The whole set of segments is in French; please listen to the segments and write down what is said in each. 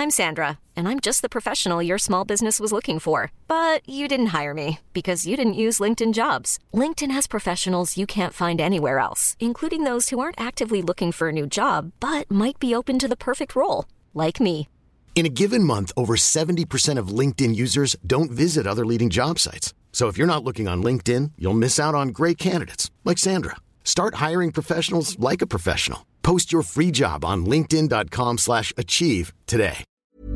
I'm Sandra, and I'm just the professional your small business was looking for. But you didn't hire me because you didn't use LinkedIn Jobs. LinkedIn has professionals you can't find anywhere else, including those who aren't actively looking for a new job, but might be open to the perfect role, like me. In a given month, over 70% of LinkedIn users don't visit other leading job sites. So if you're not looking on LinkedIn, you'll miss out on great candidates like Sandra. Start hiring professionals like a professional. Post your free job on linkedin.com/achieve today.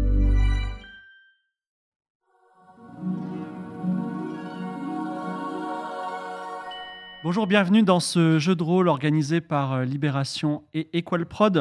Bonjour, bienvenue dans ce jeu de rôle organisé par Libération et Equalprod.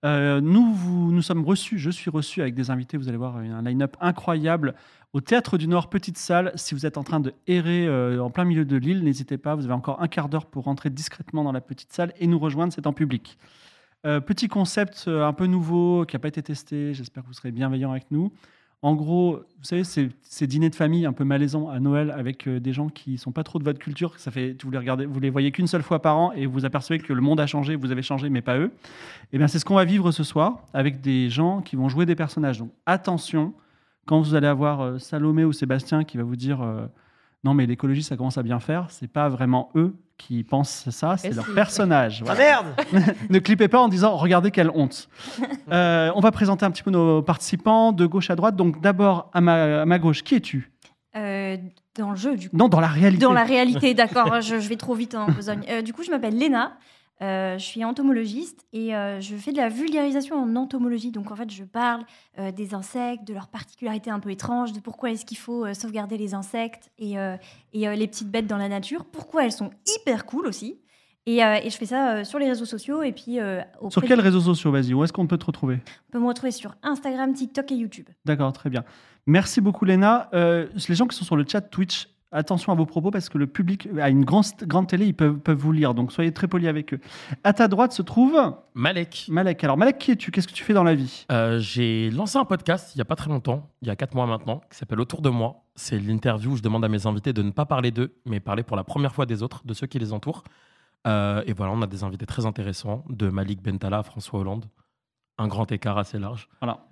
Nous sommes reçus, je suis reçu avec des invités, vous allez voir un line-up incroyable au Théâtre du Nord, petite salle. Si vous êtes en train de errer en plein milieu de l'île, n'hésitez pas, vous avez encore un quart d'heure pour rentrer discrètement dans la petite salle et nous rejoindre, c'est en public. Petit concept un peu nouveau qui n'a pas été testé, j'espère que vous serez bienveillants avec nous. En gros, vous savez, ces dîners de famille un peu malaisants à Noël avec des gens qui ne sont pas trop de votre culture, vous les voyez qu'une seule fois par an et vous apercevez que le monde a changé, vous avez changé, mais pas eux. Et bien, c'est ce qu'on va vivre ce soir avec des gens qui vont jouer des personnages. Donc, attention, quand vous allez avoir Salomé ou Sébastien qui va vous dire non, mais l'écologie, ça commence à bien faire, ce n'est pas vraiment eux qui pensent ça, c'est leur personnage. Voilà. Ah merde. Ne clippez pas en disant « Regardez quelle honte ». On va présenter un petit peu nos participants de gauche à droite. Donc d'abord, à ma gauche, qui es-tu ? Dans le jeu, du coup. Non, dans la réalité. Dans la réalité, d'accord. je vais trop vite en besogne. Du coup, je m'appelle Léna. Je suis entomologiste et je fais de la vulgarisation en entomologie. Donc, en fait, je parle des insectes, de leurs particularités un peu étranges, de pourquoi est-ce qu'il faut sauvegarder les insectes et les petites bêtes dans la nature, pourquoi elles sont hyper cool aussi. Et je fais ça sur les réseaux sociaux. Et puis, sur quels réseaux sociaux, vas-y, où est-ce qu'on peut te retrouver ? On peut me retrouver sur Instagram, TikTok et YouTube. D'accord, très bien. Merci beaucoup, Léna. Les gens qui sont sur le chat Twitch, attention à vos propos parce que le public a une grande télé, ils peuvent vous lire, donc soyez très polis avec eux. À ta droite se trouve Malek. Alors Malek, qui es-tu ? Qu'est-ce que tu fais dans la vie ? J'ai lancé un podcast il n'y a pas très longtemps, il y a 4 mois maintenant, qui s'appelle Autour de moi. C'est l'interview où je demande à mes invités de ne pas parler d'eux, mais parler pour la première fois des autres, de ceux qui les entourent. Et voilà, on a des invités très intéressants, de Malik Bentala à François Hollande. Un grand écart assez large. Voilà.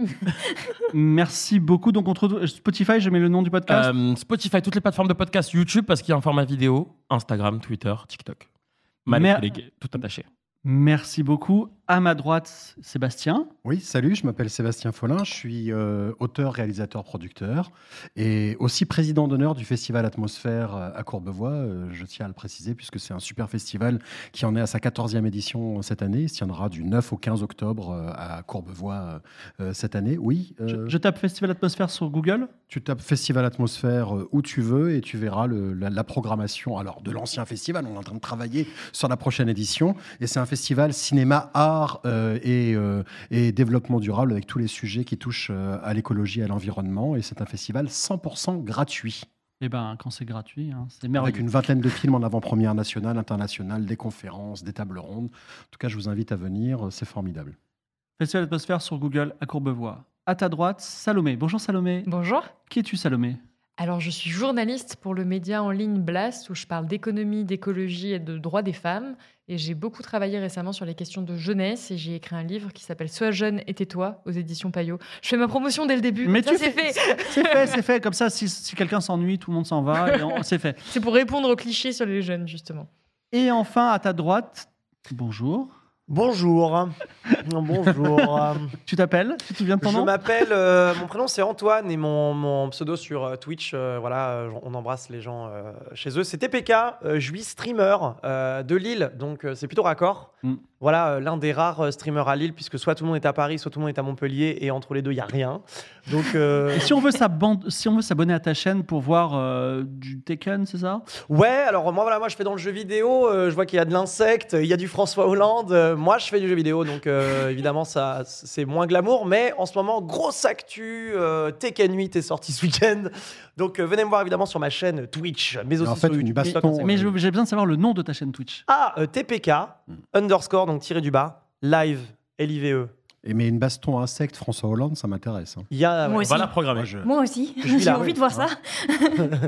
Merci beaucoup. Donc, on te retrouve Spotify, je mets le nom du podcast. Spotify, toutes les plateformes de podcast, YouTube, parce qu'il y a un format vidéo, Instagram, Twitter, TikTok. Malek, tout attaché. Merci beaucoup. À ma droite, Sébastien. Oui, salut, je m'appelle Sébastien Follin, je suis auteur, réalisateur, producteur et aussi président d'honneur du festival Atmosphère à Courbevoie. Je tiens à le préciser puisque c'est un super festival qui en est à sa 14e édition cette année. Il se tiendra du 9 au 15 octobre à Courbevoie cette année. Oui. Je tape Festival Atmosphère sur Google. Tu tapes Festival Atmosphère où tu veux et tu verras la programmation de l'ancien festival. On est en train de travailler sur la prochaine édition et c'est un festival cinéma, art et développement durable avec tous les sujets qui touchent à l'écologie et à l'environnement. Et c'est un festival 100% gratuit. Eh bien, quand c'est gratuit, c'est merveilleux. Avec une vingtaine de films en avant-première nationale, internationale, des conférences, des tables rondes. En tout cas, je vous invite à venir, c'est formidable. Festival Atmosphère sur Google à Courbevoie. À ta droite, Salomé. Bonjour Salomé. Bonjour. Qui es-tu Salomé ? Alors, je suis journaliste pour le média en ligne Blast, où je parle d'économie, d'écologie et de droits des femmes. Et j'ai beaucoup travaillé récemment sur les questions de jeunesse et j'ai écrit un livre qui s'appelle « Sois jeune et tais-toi » aux éditions Payot. Je fais ma promotion dès le début. Mais ça, c'est fait. C'est fait. Comme ça, si quelqu'un s'ennuie, tout le monde s'en va. C'est fait. C'est pour répondre aux clichés sur les jeunes, justement. Et enfin, à ta droite, bonjour. Bonjour. Tu t'appelles ? Tu te souviens de ton nom ? Je m'appelle, mon prénom c'est Antoine et mon pseudo sur Twitch, on embrasse les gens chez eux. C'est TPK, je suis streamer de Lille, donc c'est plutôt raccord. Voilà, l'un des rares streamers à Lille, puisque soit tout le monde est à Paris, soit tout le monde est à Montpellier, et entre les deux, il n'y a rien. Donc, Et si on veut s'abonner à ta chaîne pour voir du Tekken, c'est ça ? Ouais, alors moi je fais dans le jeu vidéo, je vois qu'il y a de l'insecte, il y a du François Hollande, moi je fais du jeu vidéo, donc évidemment ça, c'est moins glamour, mais en ce moment, grosse actu, Tekken 8 est sorti ce week-end, donc venez me voir évidemment sur ma chaîne Twitch, mais aussi sur YouTube. Mais j'ai besoin de savoir le nom de ta chaîne Twitch. TPK, _, donc tiré du bas, live, LIVE. Mais une baston insecte François Hollande, ça m'intéresse. Il y a, Moi aussi. On va la programmer. Moi aussi, Je suis j'ai là, envie oui. de voir ça.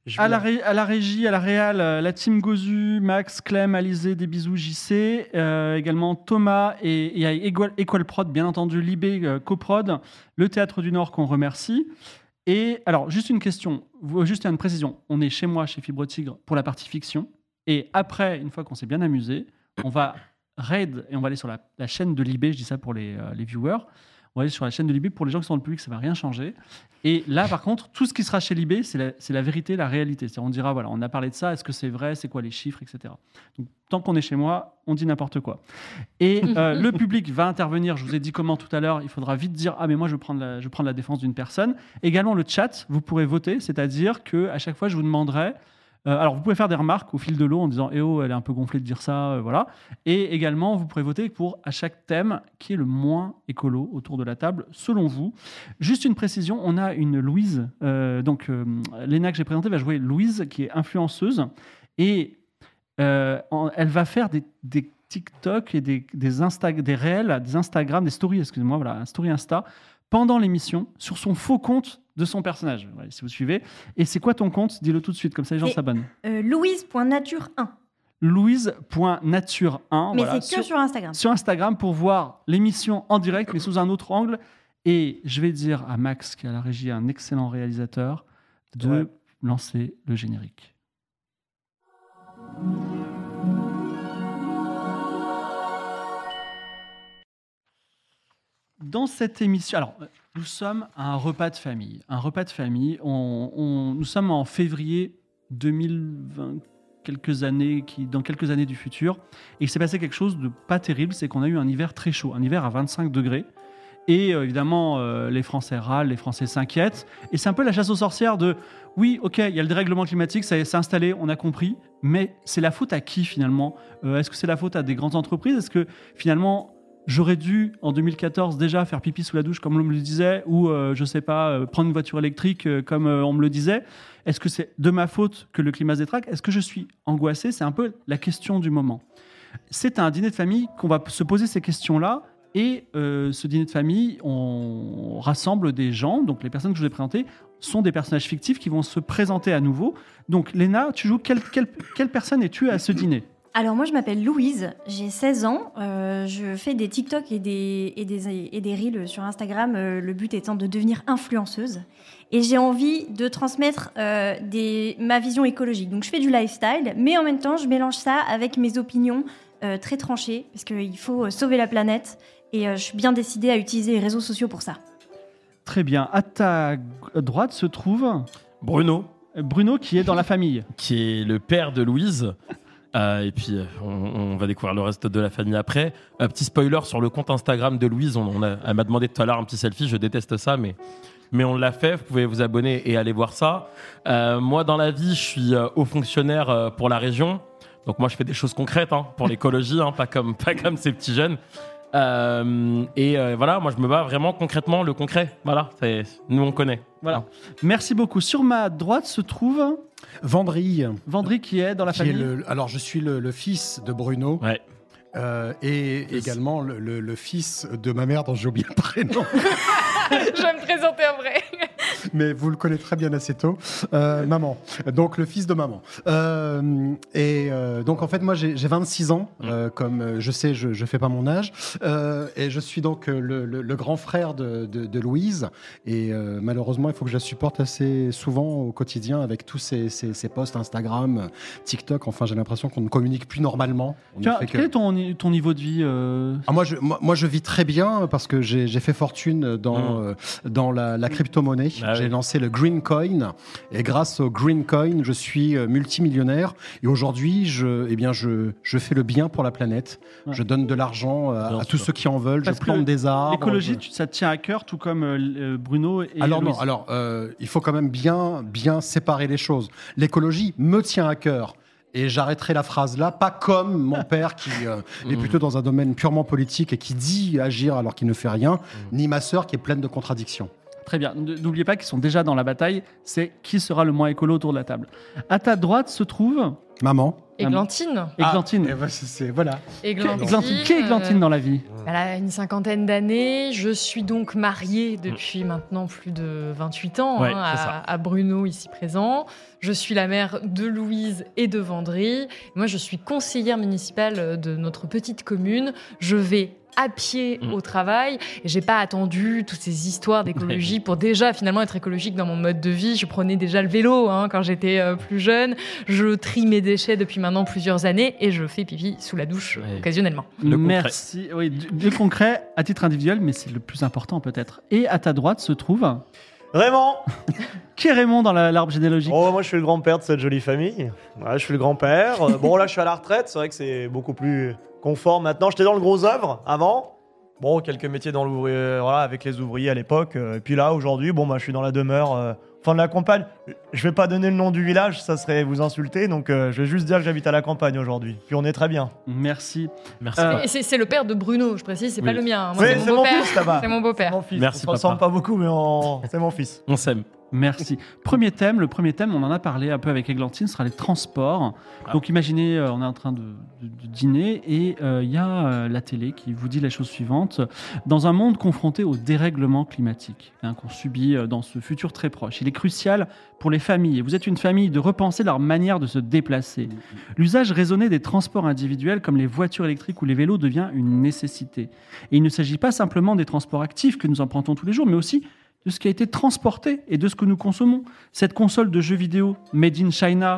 À la régie, à la réal, la team Gozu, Max, Clem, Alizé, des bisous, JC, également Thomas et il y a Equal Prod, bien entendu, Libé, coprod, le Théâtre du Nord qu'on remercie. Et alors, juste une question, juste une précision. On est chez moi, chez Fibre Tigre, pour la partie fiction. Et après, une fois qu'on s'est bien amusé, on va raid et on va aller sur la chaîne de Libé, je dis ça pour les viewers. On va aller sur la chaîne de Libé. Pour les gens qui sont dans le public, ça ne va rien changer. Et là, par contre, tout ce qui sera chez Libé, c'est la vérité, la réalité. C'est-à-dire, on dira, voilà, on a parlé de ça, est-ce que c'est vrai, c'est quoi les chiffres, etc. Donc, tant qu'on est chez moi, on dit n'importe quoi. Et le public va intervenir. Je vous ai dit comment tout à l'heure. Il faudra vite dire, ah, mais moi, je veux prendre la défense d'une personne. Également, le chat, vous pourrez voter. C'est-à-dire qu'à chaque fois, je vous demanderai... alors, vous pouvez faire des remarques au fil de l'eau en disant « Eh oh, elle est un peu gonflée de dire ça, voilà ». Et également, vous pourrez voter pour, à chaque thème, qui est le moins écolo autour de la table, selon vous. Juste une précision, on a une Louise. Léna que j'ai présentée va jouer Louise, qui est influenceuse. Et elle va faire des TikTok et des réels, des Instagram, des stories, excusez-moi, voilà, un story Insta, pendant l'émission, sur son faux compte de son personnage, voilà, si vous suivez. Et c'est quoi ton compte ? Dis-le tout de suite, comme ça les gens s'abonnent. Louise.nature1. Louise.nature1. Mais voilà, c'est que sur Instagram. Sur Instagram pour voir l'émission en direct, mais sous un autre angle. Et je vais dire à Max, qui est à la régie, un excellent réalisateur, de lancer le générique. Dans cette émission, alors nous sommes à un repas de famille. Nous sommes en février 2020, dans quelques années du futur. Et il s'est passé quelque chose de pas terrible, c'est qu'on a eu un hiver très chaud, un hiver à 25 degrés. Et évidemment, les Français râlent, les Français s'inquiètent. Et c'est un peu la chasse aux sorcières de « Oui, ok, il y a le dérèglement climatique, ça s'est installé, on a compris. Mais c'est la faute à qui finalement ? Est-ce que c'est la faute à des grandes entreprises ? Est-ce que finalement... J'aurais dû, en 2014, déjà faire pipi sous la douche, comme on me le disait, ou, je sais pas, prendre une voiture électrique, comme on me le disait. Est-ce que c'est de ma faute que le climat se détraque ? Est-ce que je suis angoissé ? C'est un peu la question du moment. C'est à un dîner de famille qu'on va se poser ces questions-là. Et ce dîner de famille, on rassemble des gens. Donc, les personnes que je vous ai présentées sont des personnages fictifs qui vont se présenter à nouveau. Donc, Léna, tu joues quelle personne es-tu à ce dîner ? Alors moi je m'appelle Louise, j'ai 16 ans, je fais des TikTok et des Reels sur Instagram, le but étant de devenir influenceuse. Et j'ai envie de transmettre ma vision écologique. Donc je fais du lifestyle, mais en même temps je mélange ça avec mes opinions très tranchées, parce qu'il faut sauver la planète. Et je suis bien décidée à utiliser les réseaux sociaux pour ça. Très bien. À ta droite se trouve... Bruno. Bruno qui est dans la famille. Qui est le père de Louise. Et puis, on va découvrir le reste de la famille après. Petit spoiler sur le compte Instagram de Louise. Elle m'a demandé tout à l'heure un petit selfie. Je déteste ça, mais on l'a fait. Vous pouvez vous abonner et aller voir ça. Moi, dans la vie, je suis haut fonctionnaire pour la région. Donc, moi, je fais des choses concrètes pour l'écologie, pas comme ces petits jeunes. Voilà, moi, je me bats vraiment concrètement, le concret. Voilà, nous, on connaît. Voilà. Merci beaucoup. Sur ma droite se trouve... Vendry qui est dans la famille. Alors, je suis le fils de Bruno. Ouais. Également le fils de ma mère dont j'ai oublié le prénom. Je vais me présenter en vrai. Mais vous le connaissez très bien assez tôt. Maman. Donc, le fils de maman. Donc, en fait, moi, j'ai 26 ans. Comme je sais, je fais pas mon âge. Et je suis donc le grand frère de Louise. Et malheureusement, il faut que je la supporte assez souvent au quotidien avec tous ces posts Instagram, TikTok. Enfin, j'ai l'impression qu'on ne communique plus normalement. Quel est ton niveau de vie Moi, je vis très bien parce que j'ai fait fortune dans la crypto-monnaie. J'ai lancé le Green Coin et grâce au Green Coin, je suis multimillionnaire. Et aujourd'hui, je fais le bien pour la planète. Ouais. Je donne de l'argent à tous ceux qui en veulent. Parce je plante des arbres. L'écologie, ça te tient à cœur, tout comme Bruno et Louise. Il faut quand même bien séparer les choses. L'écologie me tient à cœur. Et j'arrêterai la phrase là, pas comme mon père qui est plutôt dans un domaine purement politique et qui dit agir alors qu'il ne fait rien, ni ma sœur qui est pleine de contradictions. Très bien. N'oubliez pas qu'ils sont déjà dans la bataille. C'est qui sera le moins écolo autour de la table. À ta droite se trouve... Maman. Églantine. Églantine. Voilà. Églantine. Qui est Églantine dans la vie? Elle a une 50aine d'années. Je suis donc mariée depuis maintenant plus de 28 ans Ouais, c'est ça. à Bruno, ici présent. Je suis la mère de Louise et de Vendry. Moi, je suis conseillère municipale de notre petite commune. Je vais à pied au travail. Et j'ai pas attendu toutes ces histoires d'écologie pour déjà finalement être écologique dans mon mode de vie. Je prenais déjà le vélo quand j'étais plus jeune. Je trie mes déchets depuis maintenant plusieurs années et je fais pipi sous la douche occasionnellement. Merci. Oui, du concret à titre individuel, mais c'est le plus important peut-être. Et à ta droite se trouve Raymond. Qui est Raymond dans l'arbre généalogique? Oh, moi, je suis le grand-père de cette jolie famille. Ouais, je suis le grand-père. Bon, là, je suis à la retraite. C'est vrai que c'est beaucoup plus confort maintenant. J'étais dans le gros œuvre avant. Bon, quelques métiers dans l'ouvrier, voilà, avec les ouvriers à l'époque. Et puis là, aujourd'hui, bon, bah, je suis dans la demeure. Fin de la campagne. Je vais pas donner le nom du village, ça serait vous insulter. Donc, je vais juste dire que j'habite à la campagne aujourd'hui. Puis on est très bien. Merci. Et c'est le père de Bruno, je précise, c'est pas le mien. Moi, c'est mon fils là-bas. C'est mon beau-père. Mon fils. Merci, On ne ressemble papa. pas beaucoup, mais c'est mon fils. On s'aime. Merci. Le premier thème, on en a parlé un peu avec Églantine, ce sera les transports. Donc imaginez, on est en train de dîner et il y a la télé qui vous dit la chose suivante. Dans un monde confronté au dérèglement climatique qu'on subit dans ce futur très proche, il est crucial pour les familles, et vous êtes une famille, de repenser leur manière de se déplacer. L'usage raisonné des transports individuels comme les voitures électriques ou les vélos devient une nécessité. Et il ne s'agit pas simplement des transports actifs que nous empruntons tous les jours, mais aussi de ce qui a été transporté et de ce que nous consommons. Cette console de jeux vidéo made in China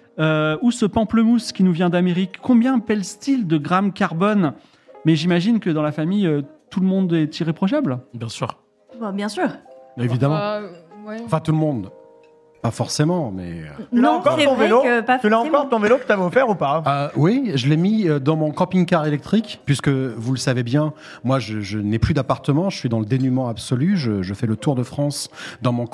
ou ce pamplemousse qui nous vient d'Amérique, combien pèse-t-il de grammes carbone? Mais j'imagine que dans la famille, tout le monde est irréprochable. Bien sûr. Bon, bien sûr. Évidemment. Ouais. Enfin, tout le monde. Pas forcément, mais... Tu l'as Non, encore c'est ton vrai vélo que pas Tu l'as forcément. encore ton vélo que t'avais offert ou pas Oui, je l'ai mis dans mon camping-car électrique, puisque vous le savez bien, moi je n'ai plus d'appartement, je suis dans le dénuement absolu, je fais le tour de France dans mon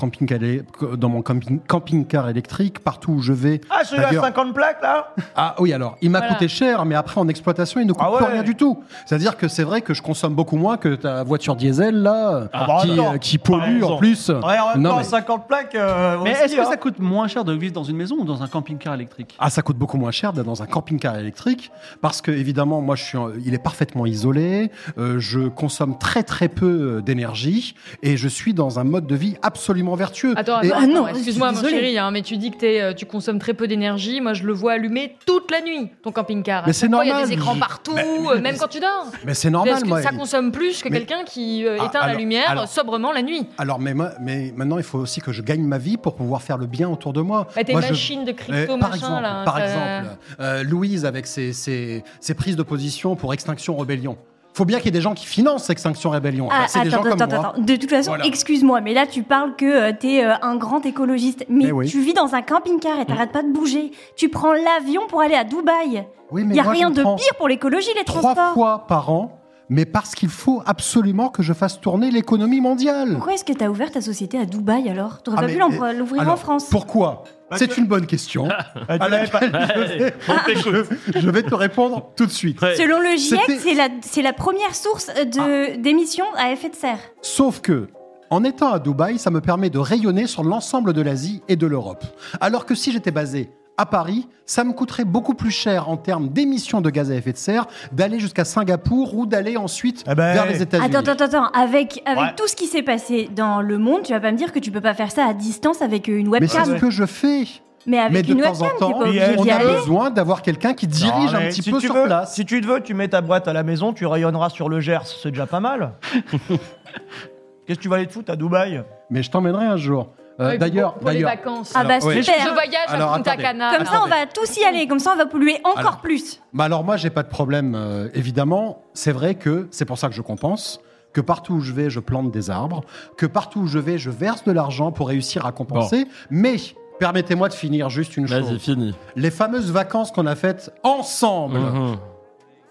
camping-car électrique, partout où je vais. Ah, celui-là à D'ailleurs- 50 plaques là Ah oui, alors, il m'a Voilà. coûté cher, mais après en exploitation, il ne coûte Ah ouais. plus rien du tout. C'est-à-dire que c'est vrai que je consomme beaucoup moins que ta voiture diesel, là, bah, attends. qui pollue en plus. Ouais, en même Non, temps, mais- 50 plaques. Mais aussi, est-ce que hein. ça coûte moins cher de vivre dans une maison ou dans un camping-car électrique? Ah, ça coûte beaucoup moins cher d'être dans un camping-car électrique parce que évidemment, moi, il est parfaitement isolé. Je consomme très très peu d'énergie et je suis dans un mode de vie absolument vertueux. Attends, Et- Ah non, excuse-moi, je mon suis désolée. chéri, mais tu dis que tu consommes très peu d'énergie. Moi, je le vois allumer toute la nuit, ton camping-car. Mais À c'est chaque fois, Il y a normal. des écrans partout, même quand tu dors. Mais c'est normal, Parce que moi. ça consomme plus que Mais- quelqu'un qui éteint la alors- lumière alors- sobrement la nuit. Alors, mais maintenant, il faut aussi que je gagne ma vie pour pouvoir faire le bien autour de moi. Bah, tes Moi, machines de crypto, par machin, exemple, là. par ça- exemple, Louise avec ses prises de position pour Extinction Rebellion. Faut bien qu'il y ait des gens qui financent Extinction Rebellion. Ah, Alors, c'est des gens comme moi. attends. De toute façon, Voilà. excuse-moi, mais là, tu parles que t'es un grand écologiste. Mais Eh oui. tu vis dans un camping-car et t'arrêtes pas de bouger. Tu prends l'avion pour aller à Dubaï. Oui, Il mais n'y a moi, rien je de prends pire pour l'écologie, les 3 transports. fois par an, mais parce qu'il faut absolument que je fasse tourner l'économie mondiale. Pourquoi est-ce que t'as ouvert ta société à Dubaï alors? T'aurais Ah, pas mais- pu l'ouvrir en Alors, France. Pourquoi C'est une bonne question. Ah, tu l'avais pas- Je vais te répondre tout de suite. Selon le GIEC, C'était- c'est la première source d'émissions à effet de serre. Sauf que, en étant à Dubaï, ça me permet de rayonner sur l'ensemble de l'Asie et de l'Europe. Alors que si j'étais basé à Paris, ça me coûterait beaucoup plus cher en termes d'émissions de gaz à effet de serre d'aller jusqu'à Singapour ou d'aller ensuite Eh ben, vers les États-Unis. Attends. Avec Ouais. tout ce qui s'est passé dans le monde, tu vas pas me dire que tu peux pas faire ça à distance avec une Mais c'est webcam. ce que je fais. Mais avec Mais de une temps webcam, en temps, t'es pas il y obligé on d'y a aller. besoin d'avoir quelqu'un qui dirige Non, un mais petit si peu tu sur veux, place. Si tu te veux, tu mets ta boîte à la maison, tu rayonneras sur le Gers. C'est déjà pas mal. Qu'est-ce que tu vas aller te foutre à Dubaï? Mais je t'emmènerai un jour. Ouais, D'ailleurs, pour les vacances. Ah bah oui. super. Je voyage Alors, à Punta attendez. Cana. Comme ça, on va tous y aller. Comme ça, on va polluer encore Alors. plus. Bah alors moi, j'ai pas de problème, évidemment. C'est vrai que c'est pour ça que je compense, que partout où je vais, je plante des arbres, que partout où je vais, je verse de l'argent pour réussir à compenser. Mais permettez-moi de finir juste une Vas-y, chose. fini. Les fameuses vacances qu'on a faites ensemble,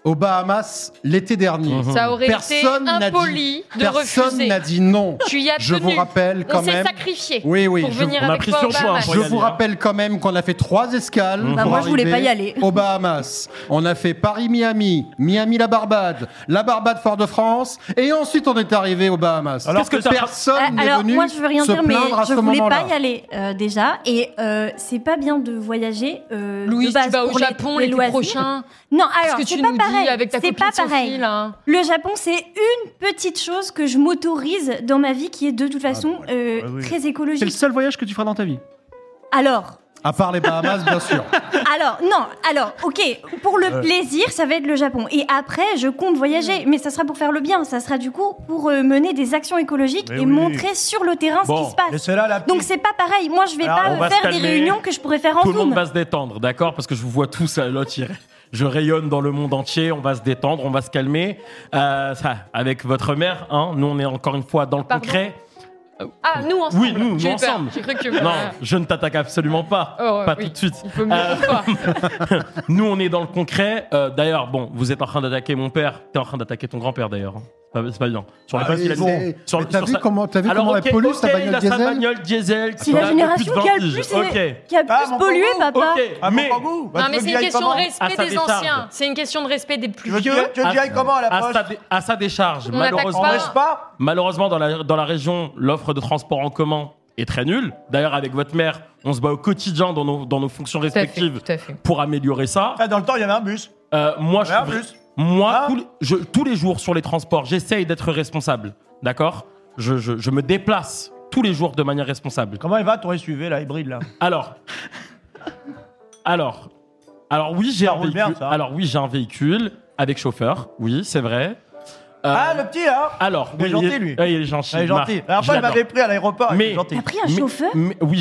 aux Bahamas l'été dernier. Ça aurait Personne été n'a impoli de Personne refuser. n'a dit non. Tu y as Je tenu. vous rappelle quand On s'est même. sacrifié Oui, pour venir on a avec pris toi sur aux soi, Bahamas. pour Je y aller, vous hein. rappelle quand même qu'on a fait 3 escales. Bah, pour moi, je voulais arriver pas y aller. Aux Bahamas. On a fait Paris-Miami, Miami-la Barbade, la Barbade-Fort-de-France, et ensuite on est arrivé aux Bahamas. Alors, qu'est-ce que personne n'est Alors, venu moi, je veux rien se dire, mais plaindre à je ce voulais moment-là. pas y aller déjà. Et c'est pas bien de voyager. Louise, de base, tu vas au pour Japon les l'été loisirs. prochain. Non, Qu'est-ce alors, que tu c'est pas nous pareil. dis avec ta C'est copine pas pareil. Sophie, là? Le Japon, c'est une petite chose que je m'autorise dans ma vie qui est de toute façon très C'est le écologique. seul voyage que tu feras dans ta vie. Alors, À part les Bahamas, bien sûr. ok, pour le plaisir, ça va être le Japon. Et après, je compte voyager, mais ça sera pour faire le bien. Ça sera du coup pour mener des actions écologiques et montrer sur le terrain ce qui se passe. Laissez-la, la petite. Donc c'est pas pareil. Moi, je vais Alors, on va pas se faire des calmer. réunions que je pourrais faire en Tout le monde Zoom. va se détendre, d'accord? Parce que je vous vois tous à l'autre. Je rayonne dans le monde entier. On va se détendre, on va se calmer. Avec votre mère, hein. Nous, on est encore une fois dans le Pardon concret. Ah, nous ensemble. Oui, nous J'ai eu peur. ensemble. J'ai cru que... Non, je ne t'attaque absolument pas. Oh, Pas oui. tout de suite. Il faut mieux pas. Nous, on est dans le concret. D'ailleurs, bon, vous êtes en train d'attaquer mon père. T'es en train d'attaquer ton grand-père, d'ailleurs. hein. C'est pas bien. Sur la Ah, base mais qu'il a bon. dit. Sur Mais t'as vu sa- comment Alors, elle pollue sa il bagnole a sa diesel bagnole diesel. C'est la qui a génération plus de qui a le 20 plus, piges. Ok. qui a plus mon pollué, pauvre. papa. Ok, Ah, mais mon goût. Non, mais c'est une question de À respect sa des décharge. anciens. C'est une question de respect des plus Tu veux vieux. que tu ailles comment à la poste à sa décharge, On n'attaque malheureusement, pas. N'est-ce pas malheureusement dans la région, l'offre de transport en commun est très nulle. D'ailleurs, avec votre mère, on se bat au quotidien dans nos fonctions Tout à fait, respectives tout à fait. pour améliorer ça. Ah, dans le temps, il y avait un bus. Moi, Il y avait un bus. Moi, Hein tous les jours sur les transports, j'essaye d'être responsable. D'accord? Je me déplace tous les jours de manière responsable. Comment il va ton SUV, là, hybride, là Alors oui, j'ai un roule véhicule. bien, ça. Alors oui, j'ai un véhicule avec chauffeur. Oui, c'est vrai. Ah, le petit, là Alors, Il est gentil, lui. Il est gentil. Il est gentil. La dernière fois, il m'avait pris à l'aéroport. Il est gentil. T'as pris un chauffeur Oui,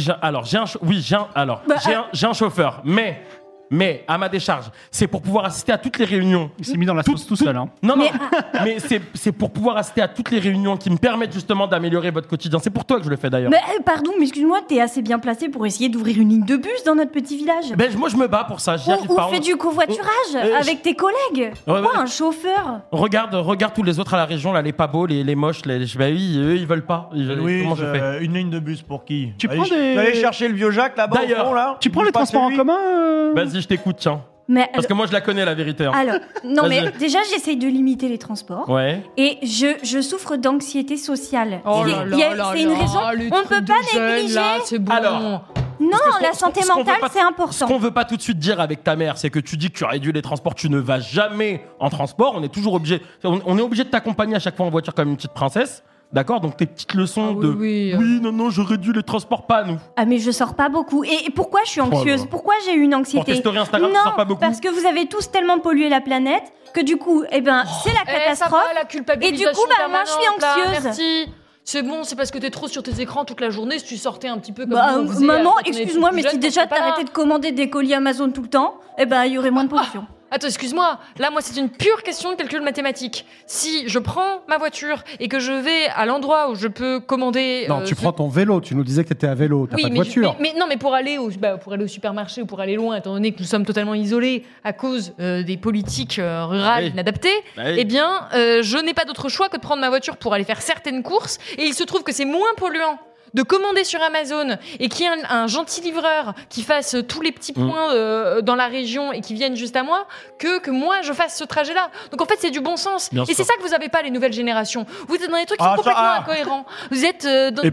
j'ai un chauffeur, mais à ma décharge, c'est pour pouvoir assister à toutes les réunions. Il s'est mis dans la sauce tout seul. Hein. Non, mais c'est pour pouvoir assister à toutes les réunions qui me permettent justement d'améliorer votre quotidien. C'est pour toi que je le fais d'ailleurs. Mais pardon, mais excuse-moi, t'es assez bien placé pour essayer d'ouvrir une ligne de bus dans notre petit village. Moi, je me bats pour ça. J'y arrive Ou pas. fais du covoiturage avec tes collègues. Pourquoi un chauffeur Regarde tous les autres à la région, là, les pas beaux, les moches. Bah oui, eux, ils veulent pas. Louis, Comment je fais une ligne de bus pour qui Tu prends des- Allez chercher le vieux Jacques là-bas au fond, là. Tu prends les transports en commun Vas-y, je t'écoute, tiens. Mais Parce que moi, je la connais, la vérité. hein. alors, non mais Vas-y. déjà j'essaye de limiter les transports. Ouais. Et je souffre d'anxiété sociale. Oh C'est- là il y a- là c'est une là, raison. les On ne peut trucs pas de jeunes, négliger. là, c'est bon. Alors, Non, Parce que la santé ce qu'on veut mentale, pas- c'est Ce important. qu'on veut pas tout de suite dire avec ta mère, c'est que tu dis que tu réduis les transports, tu ne vas jamais en transport. On est toujours obligé. On est obligé de t'accompagner à chaque fois en voiture comme une petite princesse. D'accord? Donc tes petites leçons Ah de. oui. Non, je réduis les transports, pas nous. Ah mais je sors pas beaucoup. Et pourquoi je suis anxieuse? là. Pourquoi j'ai eu une Pour anxiété? tes stories Instagram, tu Non, sors pas beaucoup. parce que vous avez tous tellement pollué la planète que du coup, c'est la Ça catastrophe. va, la culpabilisation Et du coup, moi, je suis permanente, là, anxieuse. merci. C'est bon, c'est parce que t'es trop sur tes écrans toute la journée. Si tu sortais un petit peu comme Bah, nous, on faisait, maman, quand on était excuse-moi, plus mais jeune, si on déjà serait pas là. t'arrêtais de commander des colis Amazon tout le temps, il y aurait moins de pollution. Attends, excuse-moi. Là, moi, c'est une pure question de calcul mathématique. Si je prends ma voiture et que je vais à l'endroit où je peux commander. Non, tu prends ton vélo. Tu nous disais que tu étais à vélo. T'as Oui, pas de mais, voiture. mais pour aller au supermarché ou pour aller loin, étant donné que nous sommes totalement isolés à cause des politiques rurales Oui. inadaptées, Bah oui. eh bien, je n'ai pas d'autre choix que de prendre ma voiture pour aller faire certaines courses. Et il se trouve que c'est moins polluant de commander sur Amazon et qu'il y ait un gentil livreur qui fasse tous les petits points dans la région et qui vienne juste à moi que moi je fasse ce trajet-là. Donc en fait c'est du bon sens. Bien et sûr. c'est ça que vous avez pas les nouvelles générations. Vous êtes dans des trucs qui Ah, sont complètement ça, incohérents. Vous êtes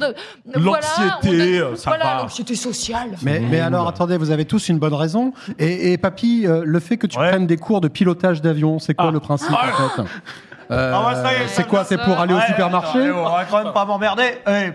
l'anxiété, ça va. l'anxiété sociale. Mais alors, attendez, vous avez tous une bonne raison. Et papy, le fait que tu Ouais. prennes des cours de pilotage d'avion, c'est quoi le principe en fait Ah ouais, ça y est, C'est ça quoi va, C'est ça. pour aller au Ouais, supermarché attends, on va quand même pas m'emmerder.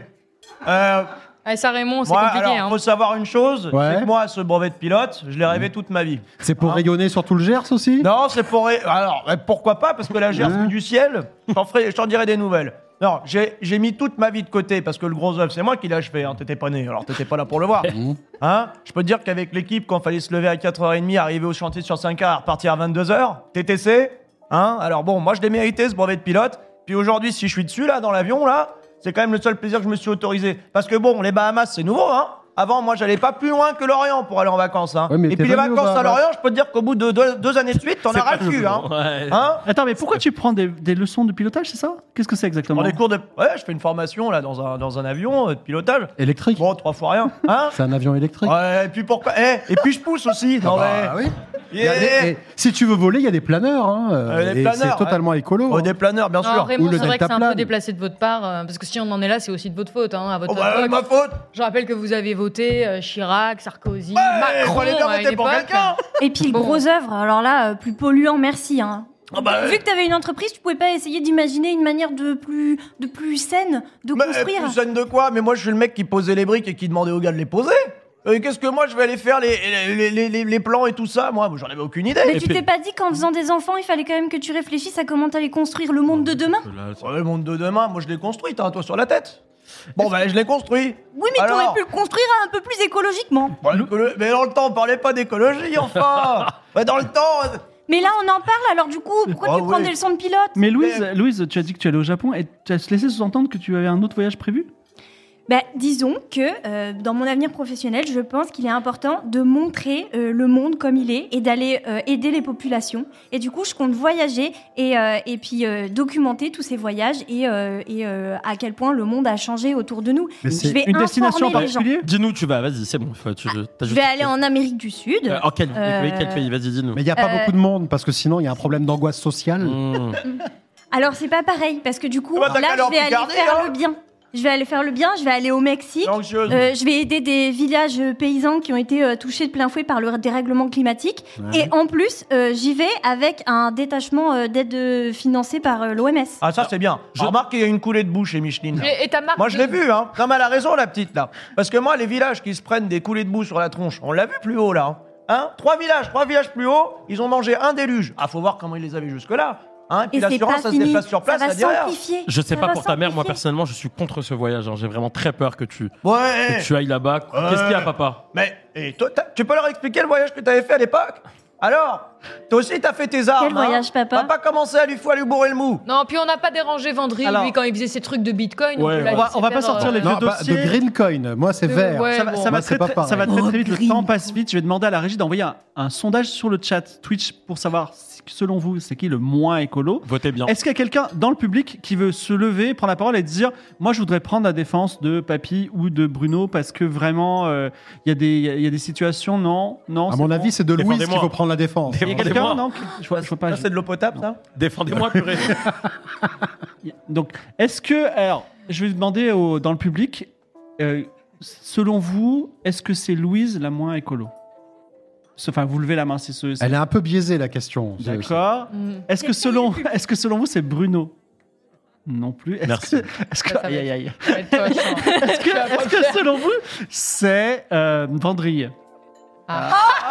Ah, ça Raymond, c'est Moi, compliqué. alors, hein. faut savoir une chose, Ouais. c'est que moi, ce brevet de pilote, je l'ai rêvé toute ma vie. C'est pour rayonner sur tout le Gers aussi Non, c'est pour... Alors, pourquoi pas? Parce que la Gers vue du ciel, je t'en dirai des nouvelles. Non, j'ai mis toute ma vie de côté parce que le gros œuf, c'est moi qui l'ai achevé. Hein, t'étais pas né, alors t'étais pas là pour le voir. Hein, je peux te dire qu'avec l'équipe, quand il fallait se lever à 4h30, arriver au chantier sur 5h et repartir à 22h, TTC, hein, alors bon, moi je l'ai mérité ce brevet de pilote. Puis aujourd'hui, si je suis dessus là, dans l'avion là, c'est quand même le seul plaisir que je me suis autorisé. Parce que bon, les Bahamas, c'est nouveau, hein. Avant, moi, j'allais pas plus loin que Lorient pour aller en vacances. Hein. Ouais, mais et t'es puis les venu vacances au à Lorient, je peux te dire qu'au bout de 2 années de suite, t'en as ras le cul. Hein. Ouais. Hein? Attends, mais pourquoi tu prends des leçons de pilotage, c'est ça? Qu'est-ce que c'est exactement? Dans des cours de... Ouais, je fais une formation là dans un avion de pilotage. Électrique. Bon, 3 fois rien. Hein? C'est un avion électrique. Ouais, et puis pourquoi et puis je pousse aussi. Non, mais... oui. Yeah. Et si tu veux voler, il y a des planeurs. Hein, Des et planeurs, c'est totalement écolo. Oh, hein. des planeurs, bien Non, sûr. Raymond, Ou le c'est vrai que c'est un deltaplane. peu déplacé de votre part, parce que si on en est là, c'est aussi de votre faute. Hein, à votre Oh, bah, époque. ma faute. Je rappelle que vous avez voté Chirac, Sarkozy, Ouais, Macron fallait bien à une voter pour époque. quelqu'un. Et puis le Bon. gros œuvre, alors là, plus polluant, merci. Hein. Ah bah, Vu que tu avais une entreprise, tu pouvais pas essayer d'imaginer une manière de plus saine de mais, construire. plus saine de quoi? Mais moi, je suis le mec qui posait les briques et qui demandait aux gars de les poser. Qu'est-ce que moi, je vais aller faire les plans et tout ça? Moi, j'en avais aucune idée. Mais Et tu puis- t'es pas dit qu'en faisant des enfants, il fallait quand même que tu réfléchisses à comment t'allais construire le monde de demain? Ouais, le monde de demain, moi, je l'ai construit. T'as un toit sur la tête. Bon, ben, je l'ai construit. Oui, mais Alors t'aurais pu le construire un peu plus écologiquement. Mais dans le temps, on parlait pas d'écologie, enfin. Mais dans le temps. Mais là, on en parle, alors du coup, pourquoi Ah tu prends oui. des leçons de pilote? Mais Louise, tu as dit que tu allais au Japon et tu as laissé sous-entendre que tu avais un autre voyage prévu? Bah, disons que dans mon avenir professionnel, je pense qu'il est important de montrer le monde comme il est et d'aller aider les populations. Et du coup, je compte voyager et puis documenter tous ces voyages et à quel point le monde a changé autour de nous. Mais c'est Je vais Une destination en informer les gens. particulier? Dis-nous, tu vas, vas-y, c'est bon. T'as Je juste- vais aller en Amérique du Sud. En quel pays? Vas-y, dis-nous. Mais il n'y a pas Euh, beaucoup de monde parce que sinon il y a un problème d'angoisse sociale. Mmh. Alors, c'est pas pareil parce que du coup, Ah bah, t'as là, qu'à aller en je vais aller Picardie, faire hein. le bien. Je vais aller faire le bien, je vais aller au Mexique. Anxieuse. Je vais aider des villages paysans qui ont été touchés de plein fouet par le dérèglement climatique. Ouais. Et en plus, j'y vais avec un détachement d'aide financé par l'OMS. Ah, ça, c'est bien. Remarque qu'il y a une coulée de boue chez Micheline. là. Et ta marque Moi, je l'ai vu, hein. Non, mais elle a raison, la petite, là. Parce que moi, les villages qui se prennent des coulées de boue sur la tronche, on l'a vu plus haut, là. Hein, 3 villages plus haut, ils ont mangé un déluge. Ah, faut voir comment ils les avaient jusque-là. Hein, et puis Et c'est l'assurance, pas ça se fini. déplace sur place, ça ça va dit rien. s'amplifier. Je sais Ça pas va pour ta mère, moi s'amplifier. personnellement, je suis contre ce voyage. Hein. J'ai vraiment très peur que tu Ouais. ailles là-bas. Qu'est-ce qu'il y a, papa? Mais, et toi, tu peux leur expliquer le voyage que t'avais fait à l'époque? Alors, toi aussi, t'as fait tes armes. Quel voyage, papa? On va pas commencer à lui bourrer le mou. Non, puis on n'a pas dérangé Vendry, Alors- lui, quand il faisait ses trucs de bitcoin. Ouais, peut la on laisser va pas faire, sortir les vieux Non, bah, de dossiers. green coin. Moi c'est vert. ouais. Ça va, bon. ça va Moi, très, c'est pas très- pareil. ça va très vite, le green. temps passe vite. Je vais demander à la régie d'envoyer un sondage sur le chat Twitch pour savoir, selon vous, c'est qui le moins écolo. Votez bien. Est-ce qu'il y a quelqu'un dans le public qui veut se lever, prendre la parole et dire « Moi, je voudrais prendre la défense de Papy ou de Bruno parce que vraiment, il y a des situations, non, À mon avis, c'est de Louise Défendez-moi. qu'il faut prendre la défense. Il y a quelqu'un, Défendez-moi. non je vois pas. Ça, c'est de l'eau potable, ça? Défendez-moi, purée. Donc, est-ce que... Alors, je vais demander dans le public, selon vous, est-ce que c'est Louise la moins écolo? Enfin, vous levez la main, c'est ce... Elle est un peu biaisée la question. D'accord. Mm. Est-ce que selon vous, c'est Bruno? Non plus. Merci. Est-ce que, Ça va aïe, aïe, aïe. Ça va être poche, hein. Est-ce que selon vous, c'est Vendry? Ah.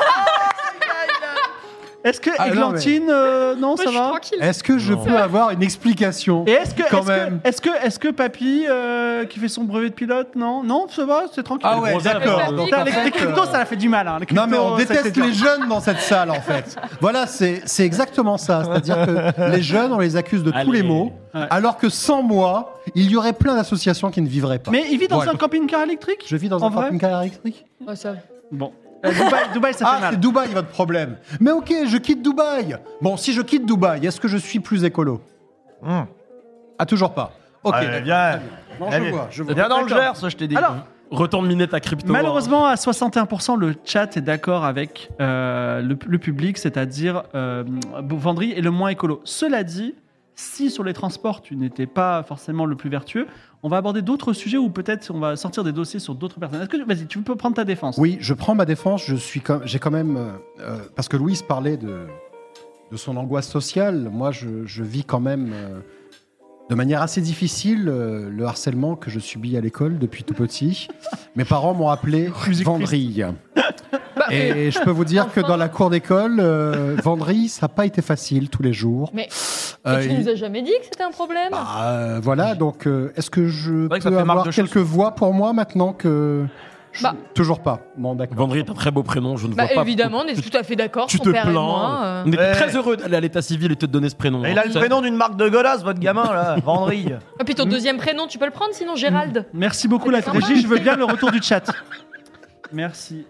Est-ce que Ah, non, Églantine, non, Moi, ça je suis va? tranquille. Est-ce que je Non. peux avoir une explication Et est-ce que, Quand même. est-ce que Papy, qui fait son brevet de pilote, non? Non, ça va, c'est tranquille. Ah ouais, gros œuvre. d'accord. Papy, Donc, Putain, en les fait, cryptos, ça a fait du mal. Hein. Les Non mais cryptos, on ça a été déteste dur. les jeunes dans cette salle en fait. Voilà, c'est exactement ça. C'est-à-dire que les jeunes, on les accuse de tous Allez. les maux, Ouais. alors que sans moi, il y aurait plein d'associations qui ne vivraient pas. Mais il vit dans Voilà. un camping-car électrique? Je vis dans En un vrai camping-car électrique. Ouais, ça- Bon. Dubaï, ça fait Ah, mal. c'est Dubaï votre problème. Mais ok, je quitte Dubaï. Bon, si je quitte Dubaï, est-ce que je suis plus écolo Ah, toujours pas. Ok. Ouais, viens. Non, je vois. Viens dans le D'accord. Gers, je t'ai dit. Alors, Retourne miner ta crypto. malheureusement, à 61%, le chat est d'accord avec le public, c'est-à-dire Vendry est le moins écolo. Cela dit, si sur les transports, tu n'étais pas forcément le plus vertueux, on va aborder d'autres sujets ou peut-être on va sortir des dossiers sur d'autres personnes. Est-ce que vas-y, tu peux prendre ta défense? Oui, je prends ma défense. J'ai quand même parce que Louise parlait de son angoisse sociale. Moi, je vis quand même de manière assez difficile le harcèlement que je subis à l'école depuis tout petit. Mes parents m'ont appelé Musique Vendry. Et je peux vous dire que dans la cour d'école, Vendry, ça n'a pas été facile tous les jours. Mais Euh, tu il- nous as jamais dit que c'était un problème. voilà, donc est-ce que je vrai que ça peux fait marque avoir de quelques voix pour moi maintenant que... Bah. Toujours pas. Bon, d'accord. Vendry est un très beau prénom, je ne Bah, vois pas. évidemment, on est tout à fait d'accord. Tu son te père et plains. moi, On était Ouais. très heureux d'aller à l'état civil et te donner ce prénom. Et il a le prénom d'une marque de godasse, votre gamin, là. Vendry. Et puis ton deuxième prénom, tu peux le prendre sinon Gérald. Merci beaucoup la Sympa. régie, je veux bien le retour du chat. Merci.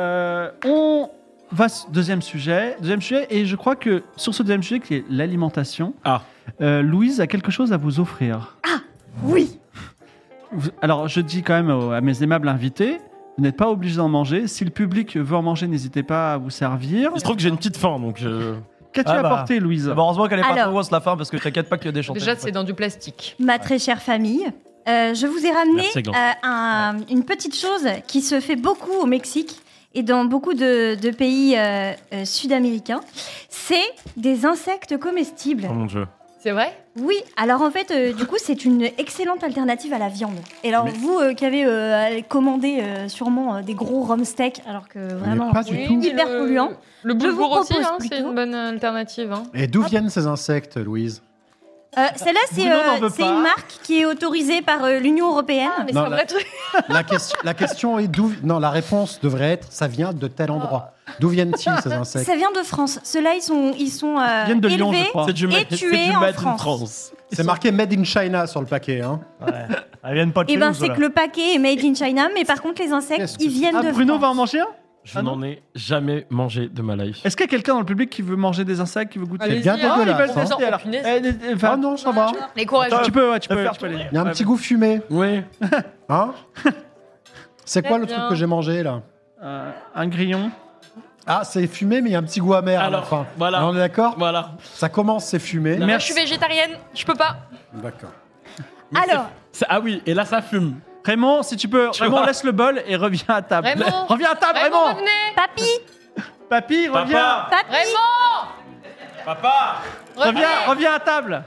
On va deuxième sujet, et je crois que sur ce deuxième sujet qui est l'alimentation, Louise a quelque chose à vous offrir. Ah oui. Alors je dis quand même à mes aimables invités, vous n'êtes pas obligés d'en manger. Si le public veut en manger, n'hésitez pas à vous servir. Il se trouve que j'ai une petite faim, donc. Qu'as-tu apporté, Louise? Heureusement qu'elle est pas Alors. trop grosse la faim parce que t'inquiète pas qu'il y a des chantiers. Déjà, c'est dans du plastique. Ma très chère famille, je vous ai ramené Merci, Gland. une petite chose qui se fait beaucoup au Mexique et dans beaucoup de pays sud-américains. C'est des insectes comestibles. Oh mon Dieu. C'est vrai? Oui, alors en fait, du coup, c'est une excellente alternative à la viande. Et alors, vous qui avez commandé sûrement des gros rhum steaks, alors que vraiment, pas du c'est tout. hyper polluant. Le Je vous boulgour aussi, propose c'est plutôt- une bonne alternative. Hein. Et d'où viennent ces insectes, Louise? Celle-là, Bruno n'en veut c'est pas. une marque qui est autorisée par l'Union européenne. Ah, mais Non, c'est un vrai truc. La question est d'où... Non, la réponse devrait être, ça vient de tel endroit. D'où viennent-ils ces insectes? Ça vient de France. Ceux-là, ils sont viennent de Lyon, je élevés crois. C'est du et tués en France. C'est marqué Made in China sur le paquet. Hein. Ouais. Elles viennent pas de Et chez ben, nous, c'est ceux-là. que le paquet est made in China, mais par contre, les insectes, Qu'est-ce que ils viennent de Bruno France. va en manger un? Je n'en ai jamais mangé de ma life. Est-ce qu'il y a quelqu'un dans le public qui veut manger des insectes, qui veut goûter? Allez-y, bien hein, dégueulasse, ils veulent hein. tester, alors. Punaise. Enfin, Ah non, ça va. Les courageux. Attends, tu peux aller. Il y a un petit goût fumé. Oui. Hein? C'est quoi Très le bien. truc que j'ai mangé là? Un grillon. Ah, c'est fumé, mais il y a un petit goût amer à la Alors, fin. voilà. On est d'accord? Voilà. Ça commence, c'est fumé. Moi, je suis végétarienne, je peux pas. D'accord. Alors, Ah oui, et là ça fume. Raymond, si tu peux, Tu Raymond, vois. laisse le bol et reviens à table. Raymond. Reviens à table, Raymond, Raymond. revenez. papy, Papy, reviens. Papa. papy, Raymond. Papa. Reviens à table.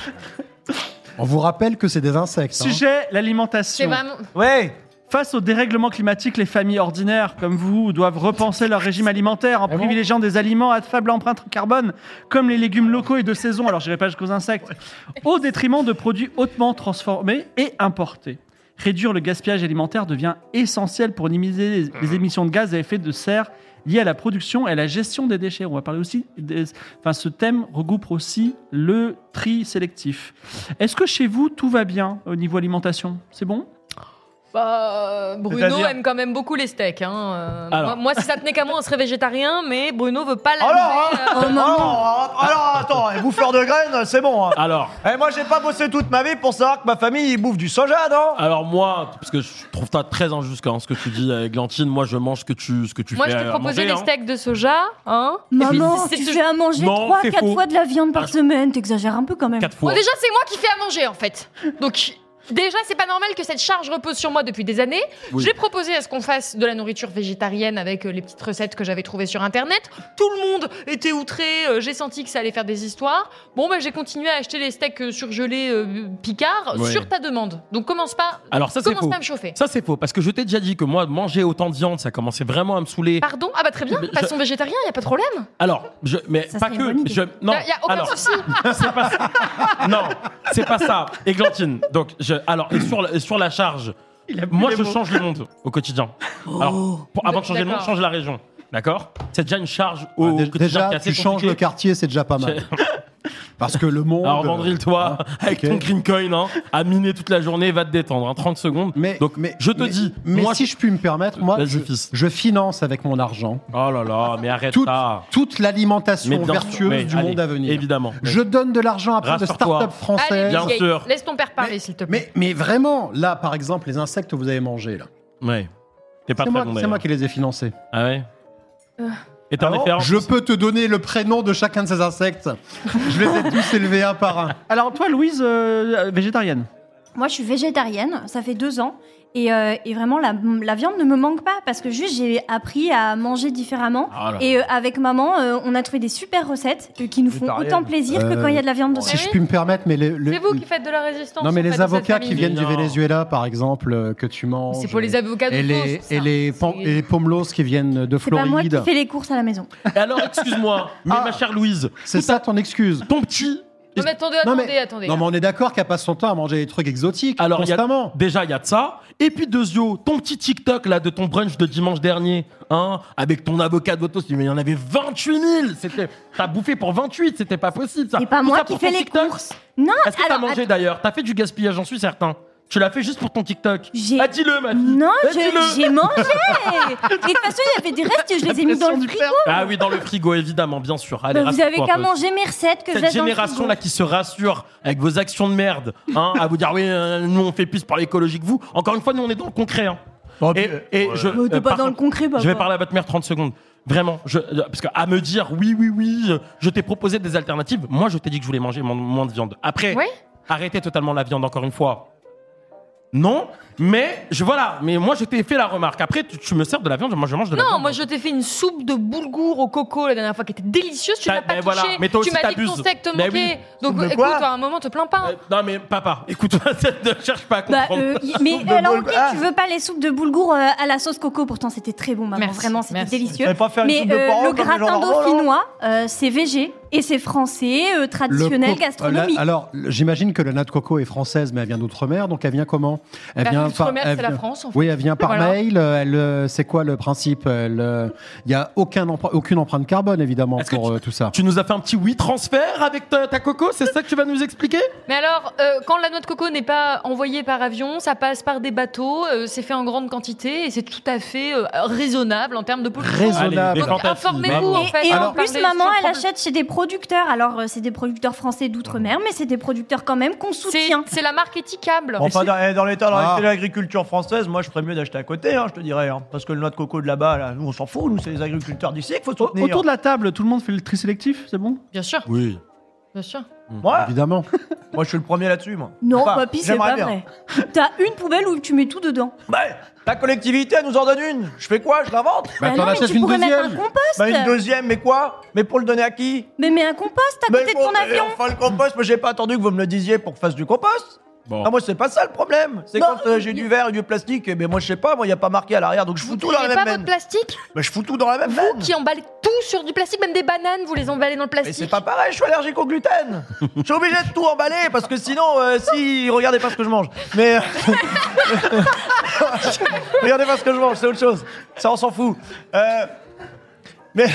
On vous rappelle que c'est des insectes. hein. Sujet, C'est l'alimentation. vraiment. Ouais. Face au dérèglement climatique, les familles ordinaires comme vous doivent repenser leur régime alimentaire en bon privilégiant des aliments à faible empreinte carbone, comme les légumes locaux et de saison, alors je n'irai pas jusqu'aux insectes, au détriment de produits hautement transformés et importés. Réduire le gaspillage alimentaire devient essentiel pour limiter les émissions de gaz à effet de serre liées à la production et à la gestion des déchets. On va parler aussi, ce thème regroupe aussi le tri sélectif. Est-ce que chez vous, tout va bien au niveau alimentation? C'est bon? Bruno C'est-à-dire aime quand même beaucoup les steaks. Hein. Alors. Moi, si ça tenait qu'à moi, on serait végétarien, mais Bruno veut pas Alors, l'amener. alors, attends, bouffeur de graines, c'est bon. Hein. Alors, Moi, j'ai pas bossé toute ma vie pour savoir que ma famille ils bouffe du soja, non? alors moi, parce que je trouve ça très injuste quand ce que tu dis, Glantine. Moi, je mange ce que tu Moi, fais. je t'ai à proposé manger, les hein. steaks de soja. Hein. maman, Et puis, tu c'est- fais à manger Non, c'est 3-4 faux. fois de la viande par Ah, semaine, t'exagères un peu quand même. 4 Bon, fois. déjà, c'est moi qui fais à manger, en fait. Donc. Déjà, c'est pas normal que cette charge repose sur moi depuis des années. Oui. J'ai proposé à ce qu'on fasse de la nourriture végétarienne avec les petites recettes que j'avais trouvées sur Internet. Tout le monde était outré. J'ai senti que ça allait faire des histoires. Bon, j'ai continué à acheter les steaks surgelés Picard Ouais. sur ta demande. Donc, commence pas. Alors ça, c'est Commence faux. pas à me chauffer. Ça, c'est faux. Parce que je t'ai déjà dit que moi, manger autant de viande, ça commençait vraiment à me saouler. Pardon? Ah bah très bien. Mais Passons végétarien, y a pas de problème. Alors, mais Ça pas serait que. une bonne idée. Non, Y a aucun alors, souci. c'est pas ça. Non, c'est pas ça. Églantine. Donc, alors, et sur la charge, moi, je change le monde au quotidien. Alors, avant de changer le monde, D'accord. change la région. D'accord? C'est déjà une charge au quotidien Déjà, qui est assez tu changes compliquée. le quartier, c'est déjà pas mal. Parce que le monde. Alors, Vandril, toi, avec ok. ton green coin, à miner toute la journée, va te détendre, 30 secondes. Donc, je te dis, Mais moi, si je puis me permettre, moi, Vas-y, je, fils. je finance avec mon argent Oh là là, mais arrête toute, ça. toute l'alimentation Mais bien sûr, vertueuse mais du allez, monde à venir. évidemment. Je donne de l'argent à plein de Rassure-toi. start-up français. Allez, Bien Bill Gates, sûr. laisse ton père parler, s'il te plaît. Mais vraiment, là, par exemple, les insectes que vous avez mangés, là, Ouais. T'es pas c'est très moi, bon, c'est d'ailleurs. moi qui les ai financés. Ah ouais Et t'as Ah bon référence Je peux te donner le prénom de chacun de ces insectes. Je les ai tous élevés un par un. Alors toi, Louise, végétarienne. Moi, je suis végétarienne, ça fait 2 ans. Et vraiment, la viande ne me manque pas parce que juste j'ai appris à manger différemment. Ah là. Et avec maman, on a trouvé des super recettes qui nous font Végétarienne. autant plaisir que quand il y a de la viande dedans. Si oui. je puis me permettre, mais C'est vous qui faites de la résistance. non, mais en fait, les dans avocats cette qui famille. viennent du Non. Venezuela, par exemple, que tu manges. C'est pour les avocats de et les, cause, ça. et les, C'est- et les pomelos qui viennent de C'est pas moi qui Floride. fais les courses à la maison. Et alors, excuse-moi, mais ma chère Louise, C'est ça ton excuse. ton petit. Non, mais attendez, Non, attendez. Non, mais on est d'accord qu'elle passe son temps à manger des trucs exotiques Alors, il y a- constamment. déjà, il y a de ça. Et puis, Dezio, ton petit TikTok là de ton brunch de dimanche dernier, avec ton avocat de voto, mais il y en avait 28 000. T'as bouffé pour 28, c'était pas possible ça. C'est pas Tout moi ça qui pour fais ton les TikTok. courses. Non, Est-ce que t'as mangé d'ailleurs? T'as fait du gaspillage, j'en suis certain. Tu l'as fait juste pour ton TikTok. Ah, dis-le, ma fille. Non, dis-le. j'ai mangé. Et de toute façon, il y avait des restes, je les ai mis dans le frigo. Ah oui, dans le frigo, évidemment, bien sûr. Allez, Vous avez rassure-toi, qu'à Post. manger mes recettes que je Cette laisse dans le génération-là frigo. qui se rassure avec vos actions de merde, hein, à vous dire, oui, nous, on fait plus pour l'écologie que vous. Encore une fois, nous, on est dans le concret. Hein. Et je, T'es pas par dans le contre, concret, papa. je vais parler à votre mère 30 secondes. Vraiment, parce qu'à me dire, oui, je t'ai proposé des alternatives. Moi, je t'ai dit que je voulais manger moins de viande. Après, arrêtez totalement la viande, encore une fois. Non, mais moi je t'ai fait la remarque. Après, tu me sers de la viande, moi je mange de la viande. Non, moi je t'ai fait une soupe de boulgour au coco la dernière fois qui était délicieuse. Tu l'as pas touché. Mais toi aussi, tu m'as dit que ton t'abuses. steak te Mais manquait. oui. Donc De écoute, quoi à un moment, te plains pas. Non mais papa, écoute, ne cherche pas à comprendre. Mais de alors, boulgour. ok, tu veux pas les soupes de boulgour à la sauce coco, pourtant c'était très bon, maman. Merci, Vraiment, c'était merci. délicieux. Fallait pas faire une Mais soupe de porc le comme les gens gratin normaux, dauphinois, c'est végé et c'est français, traditionnel, gastronomique. Alors, j'imagine que la noix de coco est française, mais elle vient d'outre-mer, donc elle vient comment? Elle vient l'outre-mer, elle c'est la vient- France, en fait. Oui, elle vient par Voilà. mail. C'est quoi le principe? Il n'y a aucune empreinte carbone, évidemment, Est-ce que pour tout ça. Tu nous as fait un petit oui transfert avec ta coco, c'est ça que tu vas nous expliquer? Mais alors, quand la noix de coco n'est pas envoyée par avion, ça passe par des bateaux, c'est fait en grande quantité et c'est tout à fait raisonnable en termes de pollution. Raisonnable. Allez, Donc défends ta fille. informez-vous en fait. Et en avant de plus, parler maman, sur le elle problème. achète chez des producteurs. Alors, c'est des producteurs français d'outre-mer, mais c'est des producteurs quand même qu'on soutient. C'est la marque éthiquable. Enfin, dans l'état de l'agriculture française, moi je ferais mieux d'acheter à côté, hein, je te dirais. Hein, parce que le noix de coco de là-bas, là, nous on s'en fout, nous c'est les agriculteurs d'ici qu'il faut soutenir. Autour de la table, tout le monde fait le tri sélectif, c'est bon? Bien sûr, Oui. bien sûr. Moi, Évidemment. moi je suis le premier là-dessus, moi. Non, Enfin, papy, c'est j'aimerais pas bien. vrai. T'as une poubelle où tu mets tout dedans. Bah, la collectivité, elle nous en donne une. Je fais quoi? Je l'invente? Bah, Bah t'en non, mais achètes tu une pourrais mettre un deuxième. compost. Bah, une deuxième, mais quoi? Mais pour le donner à qui? Mais mets un compost à côté de ton avion. Enfin, le compost, moi j'ai pas attendu que vous me le disiez pour que je fasse du compost. Bon. Ah, moi c'est pas ça le problème. C'est Non, quand j'ai du verre et du plastique, mais moi je sais pas, moi il y a pas marqué à l'arrière, donc je fous tout dans la Vous même pas benne. votre plastique? Bah, je fous tout dans la même Vous benne. qui emballez tout sur du plastique, même des bananes, vous les emballez dans le Mais plastique. c'est pas pareil, je suis allergique au gluten. Je suis obligé de tout emballer parce que sinon, si regardez pas ce que je mange. Mais regardez pas ce que je mange, c'est autre chose. Ça on s'en fout. Mais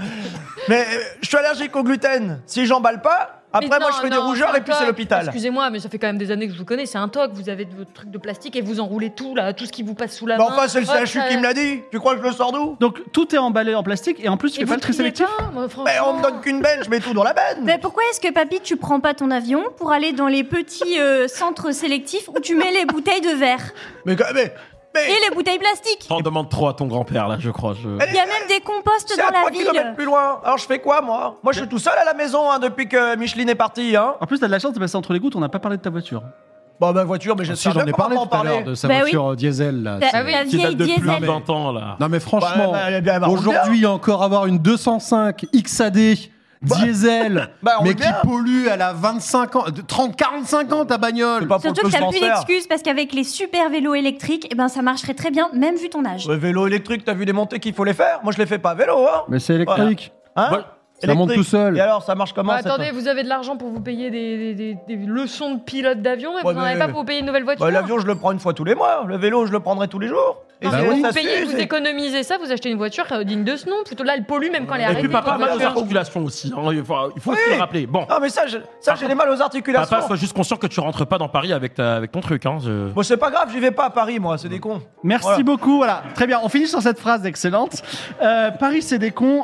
je suis allergique au gluten. Si j'emballe pas, après Mais moi non, je fais des non, rougeurs un et puis c'est toc. l'hôpital. Excusez-moi, mais ça fait quand même des années que je vous connais. C'est un toc. Vous avez votre truc de plastique et vous enroulez tout là, tout ce qui vous passe sous la Mais main. enfin c'est le Hop, CHU ça- qui me l'a dit. Tu crois que je le sors d'où? Donc tout est emballé en plastique et en plus tu Et fais pas vous le tri triez sélectif? pas, moi, franchement. Mais on me donne qu'une benne, je mets tout dans la benne. Mais pourquoi est-ce que papy, tu prends pas ton avion pour aller dans les petits centres sélectifs où tu mets les bouteilles de verre Mais et les bouteilles plastiques? T'en demandes trop à ton grand-père là, je crois. Il y a même des composts c'est dans à la 3 kilomètres ville. plus loin. Alors je fais quoi moi? Moi je suis tout seul à la maison hein, depuis que Micheline est partie. Hein. En plus, t'as de la chance de passer entre les gouttes, on n'a pas parlé de ta voiture. Bon bah voiture, mais Si, j'espère j'en ai bien parlé qu'on tout va en à l'heure parler. de sa Bah oui. voiture diesel. Là. La, C'est- la Qui vieille date de plus de diesel. 20 ans là. Non mais franchement, Bah, elle roule aujourd'hui encore avoir une 205 XAD diesel, Bah, on mais le qui bien. pollue, elle a 25 ans, 30, 45 ans ta bagnole. C'est pas pour Surtout que que je t'as m'en plus sers. d'excuses parce qu'avec les super vélos électriques, eh ben, ça marcherait très bien, même vu ton âge. Ouais, vélo électrique, t'as vu les montées qu'il faut les faire? Moi je les fais pas à vélo, hein. Mais c'est électrique. Hein Voilà. Ça monte tout seul. Et alors ça marche comment Bah, cette- attendez, vous avez de l'argent pour vous payer des leçons de pilote d'avion, mais Ouais, vous n'en mais- avez pas pour vous payer une nouvelle voiture. Bah, l'avion je le prends une fois tous les mois, le vélo je le prendrai tous les jours. Et Non, Bah mais oui. vous ça payez, s'use, vous et- écoutez ça, vous achetez une voiture digne de ce nom. Plutôt là, elle pollue même quand elle est Et arrêtée. puis papa a votre mal aux voiture. articulations aussi. Hein. Il faut Oui. se le rappeler. Bon, Non mais ça j'ai des mal aux articulations. papa, sois juste conscient que tu rentres pas dans Paris avec ton truc. Hein. Bon c'est pas grave, j'y vais pas à Paris moi, c'est des cons. Merci Voilà. beaucoup. Voilà, très bien. On finit sur cette phrase excellente. Paris, c'est des cons.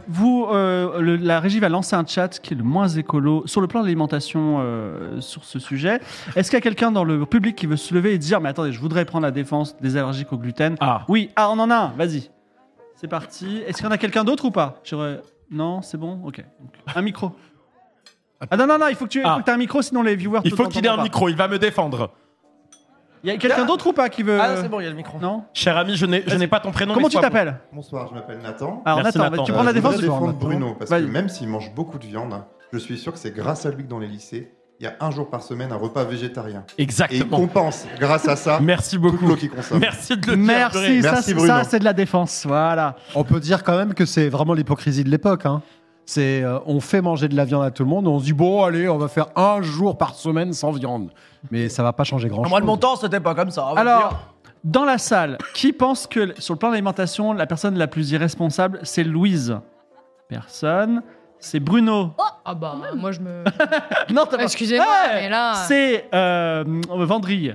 La régie va lancer un chat qui est le moins écolo sur le plan de l'alimentation sur ce sujet. Est-ce qu'il y a quelqu'un dans le public qui veut se lever et dire mais attendez, je voudrais prendre la défense des allergiques au gluten? Ah. Oui. Ah, on en a un. Vas-y. C'est parti. Est-ce qu'il y en a quelqu'un d'autre ou pas? Non, c'est bon. Ok. Donc, un micro. Ah non, il faut que tu aies un micro, sinon les viewers. Il faut te qu'il ait un t'entendront pas. micro. Il va me défendre. Il y a quelqu'un d'autre ou pas qui veut? Ah c'est bon, il y a le micro. Non. Cher ami, je n'ai pas ton prénom. Comment mais tu sois t'appelles? Bonsoir, je m'appelle Nathan. Alors Merci, Nathan, Nathan. tu prends la Je voudrais défense. défendre Bruno, parce que Vas-y. même s'il mange beaucoup de viande, je suis sûr que c'est grâce à lui que dans les lycées, il y a un jour par semaine un repas végétarien. Et il Exactement. compense, grâce à ça, Merci toute beaucoup. l'eau qu'il consomme. Merci de le dire. Merci, ça, Merci, Bruno. ça c'est de la défense. Voilà. On peut dire quand même que c'est vraiment l'hypocrisie de l'époque. Hein. C'est, on fait manger de la viande à tout le monde, on se dit bon allez, on va faire un jour par semaine sans viande. Mais ça va pas changer grand chose. Moi de mon temps c'était pas comme ça. on va dire. Alors, dans la salle, qui pense que sur le plan de l'alimentation, la personne la plus irresponsable, c'est Louise? Personne. C'est Bruno. Ah bah, moi je me. Non, t'as pas- Excusez-moi, Ouais, mais là. C'est Vendrille.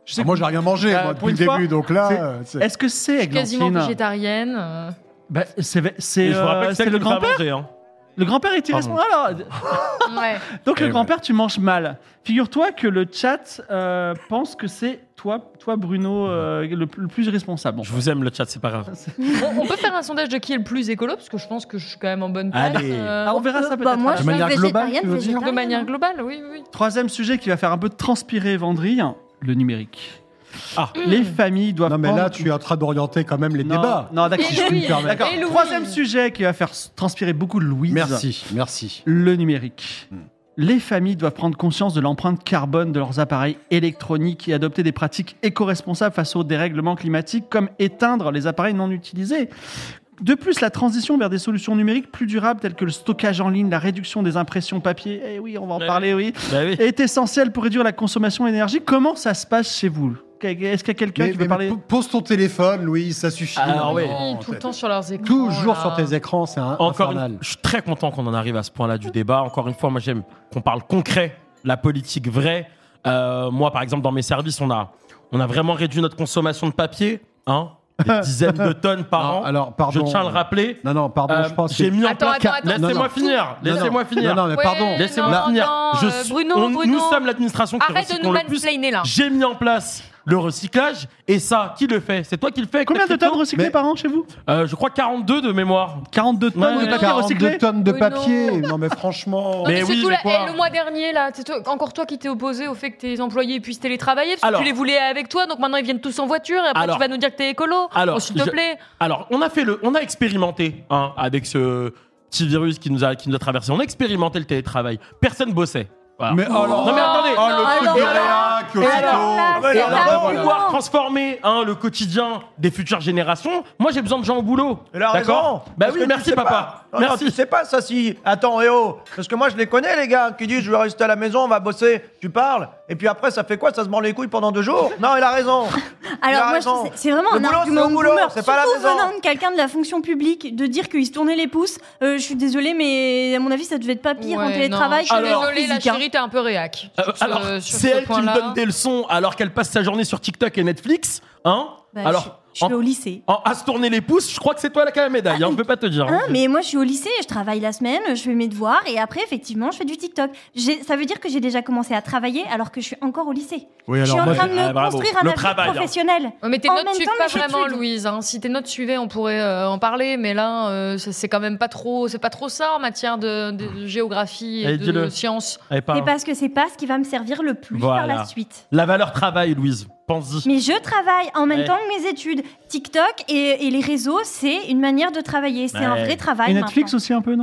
Je sais moi, j'ai rien mangé moi, pour depuis le une fois, début, donc là. Est-ce que c'est Quasiment Églantine végétarienne. Bah, c'est Et je vous rappelle que c'est le quelqu'un va grand-père. manger, hein. Le grand-père est irresponsable. Alors, Ouais. donc le Eh grand-père, tu manges mal. Figure-toi que le chat pense que c'est toi Bruno, le plus responsable. Je vous aime le chat, c'est pas grave. On peut faire un sondage de qui est le plus écolo, parce que je pense que je suis quand même en bonne place. Allez. On verra ça peut-être. Moi, après. je suis manière globale, végétarienne, tu veux dire De végétarienne. manière globale, oui. Troisième sujet qui va faire un peu transpirer Vendry, le numérique. Ah. Les familles doivent Non, mais là, prendre- tu es en train d'orienter quand même les Non, débats. Non, d'accord. Et si je puis me Louis. permettre. D'accord. Et Louis. Troisième sujet qui va faire transpirer beaucoup de Louise. Merci. Le numérique. Les familles doivent prendre conscience de l'empreinte carbone de leurs appareils électroniques et adopter des pratiques éco-responsables face au dérèglement climatique, comme éteindre les appareils non utilisés. De plus, la transition vers des solutions numériques plus durables telles que le stockage en ligne, la réduction des impressions papier, oui, on va en parler, oui, Bah oui. est essentielle pour réduire la consommation d'énergie. Comment ça se passe chez vous ? Est-ce qu'il y a quelqu'un qui veut parler ? Pose ton téléphone, Louise, ça suffit. Alors, ouais. Non, Tout le temps sur leurs écrans. Toujours là. sur tes écrans, c'est Encore infernal. je suis très content qu'on en arrive à ce point-là du débat. Encore une fois, moi j'aime qu'on parle concret, la politique vraie. Moi, par exemple, dans mes services, on a vraiment réduit notre consommation de papier, hein, des dizaines de tonnes par Non, an. alors, pardon. Je tiens à le rappeler. Non, pardon, je pense j'ai que... mis en Attends, place. attends, Laissez-moi non. finir. Non, Laissez-moi finir. Non, mais pardon. Ouais, Laissez-moi non, finir. non, Bruno, Nous sommes l'administration qui Arrête de recycle nous le plus. mansplainer là. J'ai mis en place le recyclage et ça, qui le fait ? C'est toi qui le fais avec Combien ta de tonnes crypto recyclées Mais- par an chez vous ? Je crois 42 de mémoire. 42 tonnes Ouais, de papier 42 recyclé ? tonnes de Oui, papier. Non, mais franchement... Non, Mais mais oui, surtout mais là, quoi le mois dernier, là, c'est encore toi qui t'es opposé au fait que tes employés puissent télétravailler parce que Alors- tu les voulais avec toi, donc maintenant ils viennent tous en voiture et après Alors- tu vas nous dire que t'es écolo. Alors, Oh, s'il te plaît. Alors, on a expérimenté avec ce petit virus qui nous a traversé. On a expérimenté le télétravail. Personne bossait. Voilà. Mais alors... Non mais attendez. Oh, le coup de réac, Et alors, aussitôt. et alors, Ah, pour non. pouvoir transformer le quotidien des futures générations, moi j'ai besoin de gens au boulot. Il a D'accord raison. Bah Parce oui, que tu merci sais papa. pas. Non, Merci. tu sais pas ça si. Attends, parce que moi je les connais les gars qui disent je vais rester à la maison, on va bosser. Tu parles et puis après ça fait quoi ? Ça se branle les couilles pendant 2 jours ? Non, il a raison. Il Alors a moi, raison. c'est vraiment Le un boulot, argument c'est au de boulot, boomer. c'est pas à la Surtout maison. venant de quelqu'un de la fonction publique, de dire qu'il se tournait les pouces. Je suis désolée, mais à mon avis, ça devait être pas pire en Ouais, télétravail. non, je suis que en désolée, la physique, hein. chérie, t'es un peu réac. Alors, sur c'est ce elle qui me point-là. donne des leçons alors qu'elle passe sa journée sur TikTok et Netflix, hein Bah, Alors, je suis au lycée. à se tourner les pouces, je crois que c'est toi qui as la médaille, je peux pas te dire. Hein, mais moi, je suis au lycée, je travaille la semaine, je fais mes devoirs et après, effectivement, je fais du TikTok. Ça veut dire que j'ai déjà commencé à travailler alors que je suis encore au lycée. Oui, Je suis alors en moi, train de me bravo. construire un Le avenir travail, hein. professionnel. Ouais, mais tes En notes même suivent temps, pas mes vraiment, études. Louise. Hein. Si tes notes suivaient, on pourrait en parler, mais là, c'est quand même pas trop, c'est pas trop ça en matière de géographie et Allez, de dis-le. sciences. Allez, pas, C'est hein. parce que c'est pas ce qui va me servir le plus Voilà. par la suite. La valeur travail, Louise, pense-y. Mais je travaille en même Ouais. temps que mes études. TikTok et les réseaux, c'est une manière de travailler. C'est un Ouais. vrai travail. Et Netflix maintenant. aussi un peu, non ?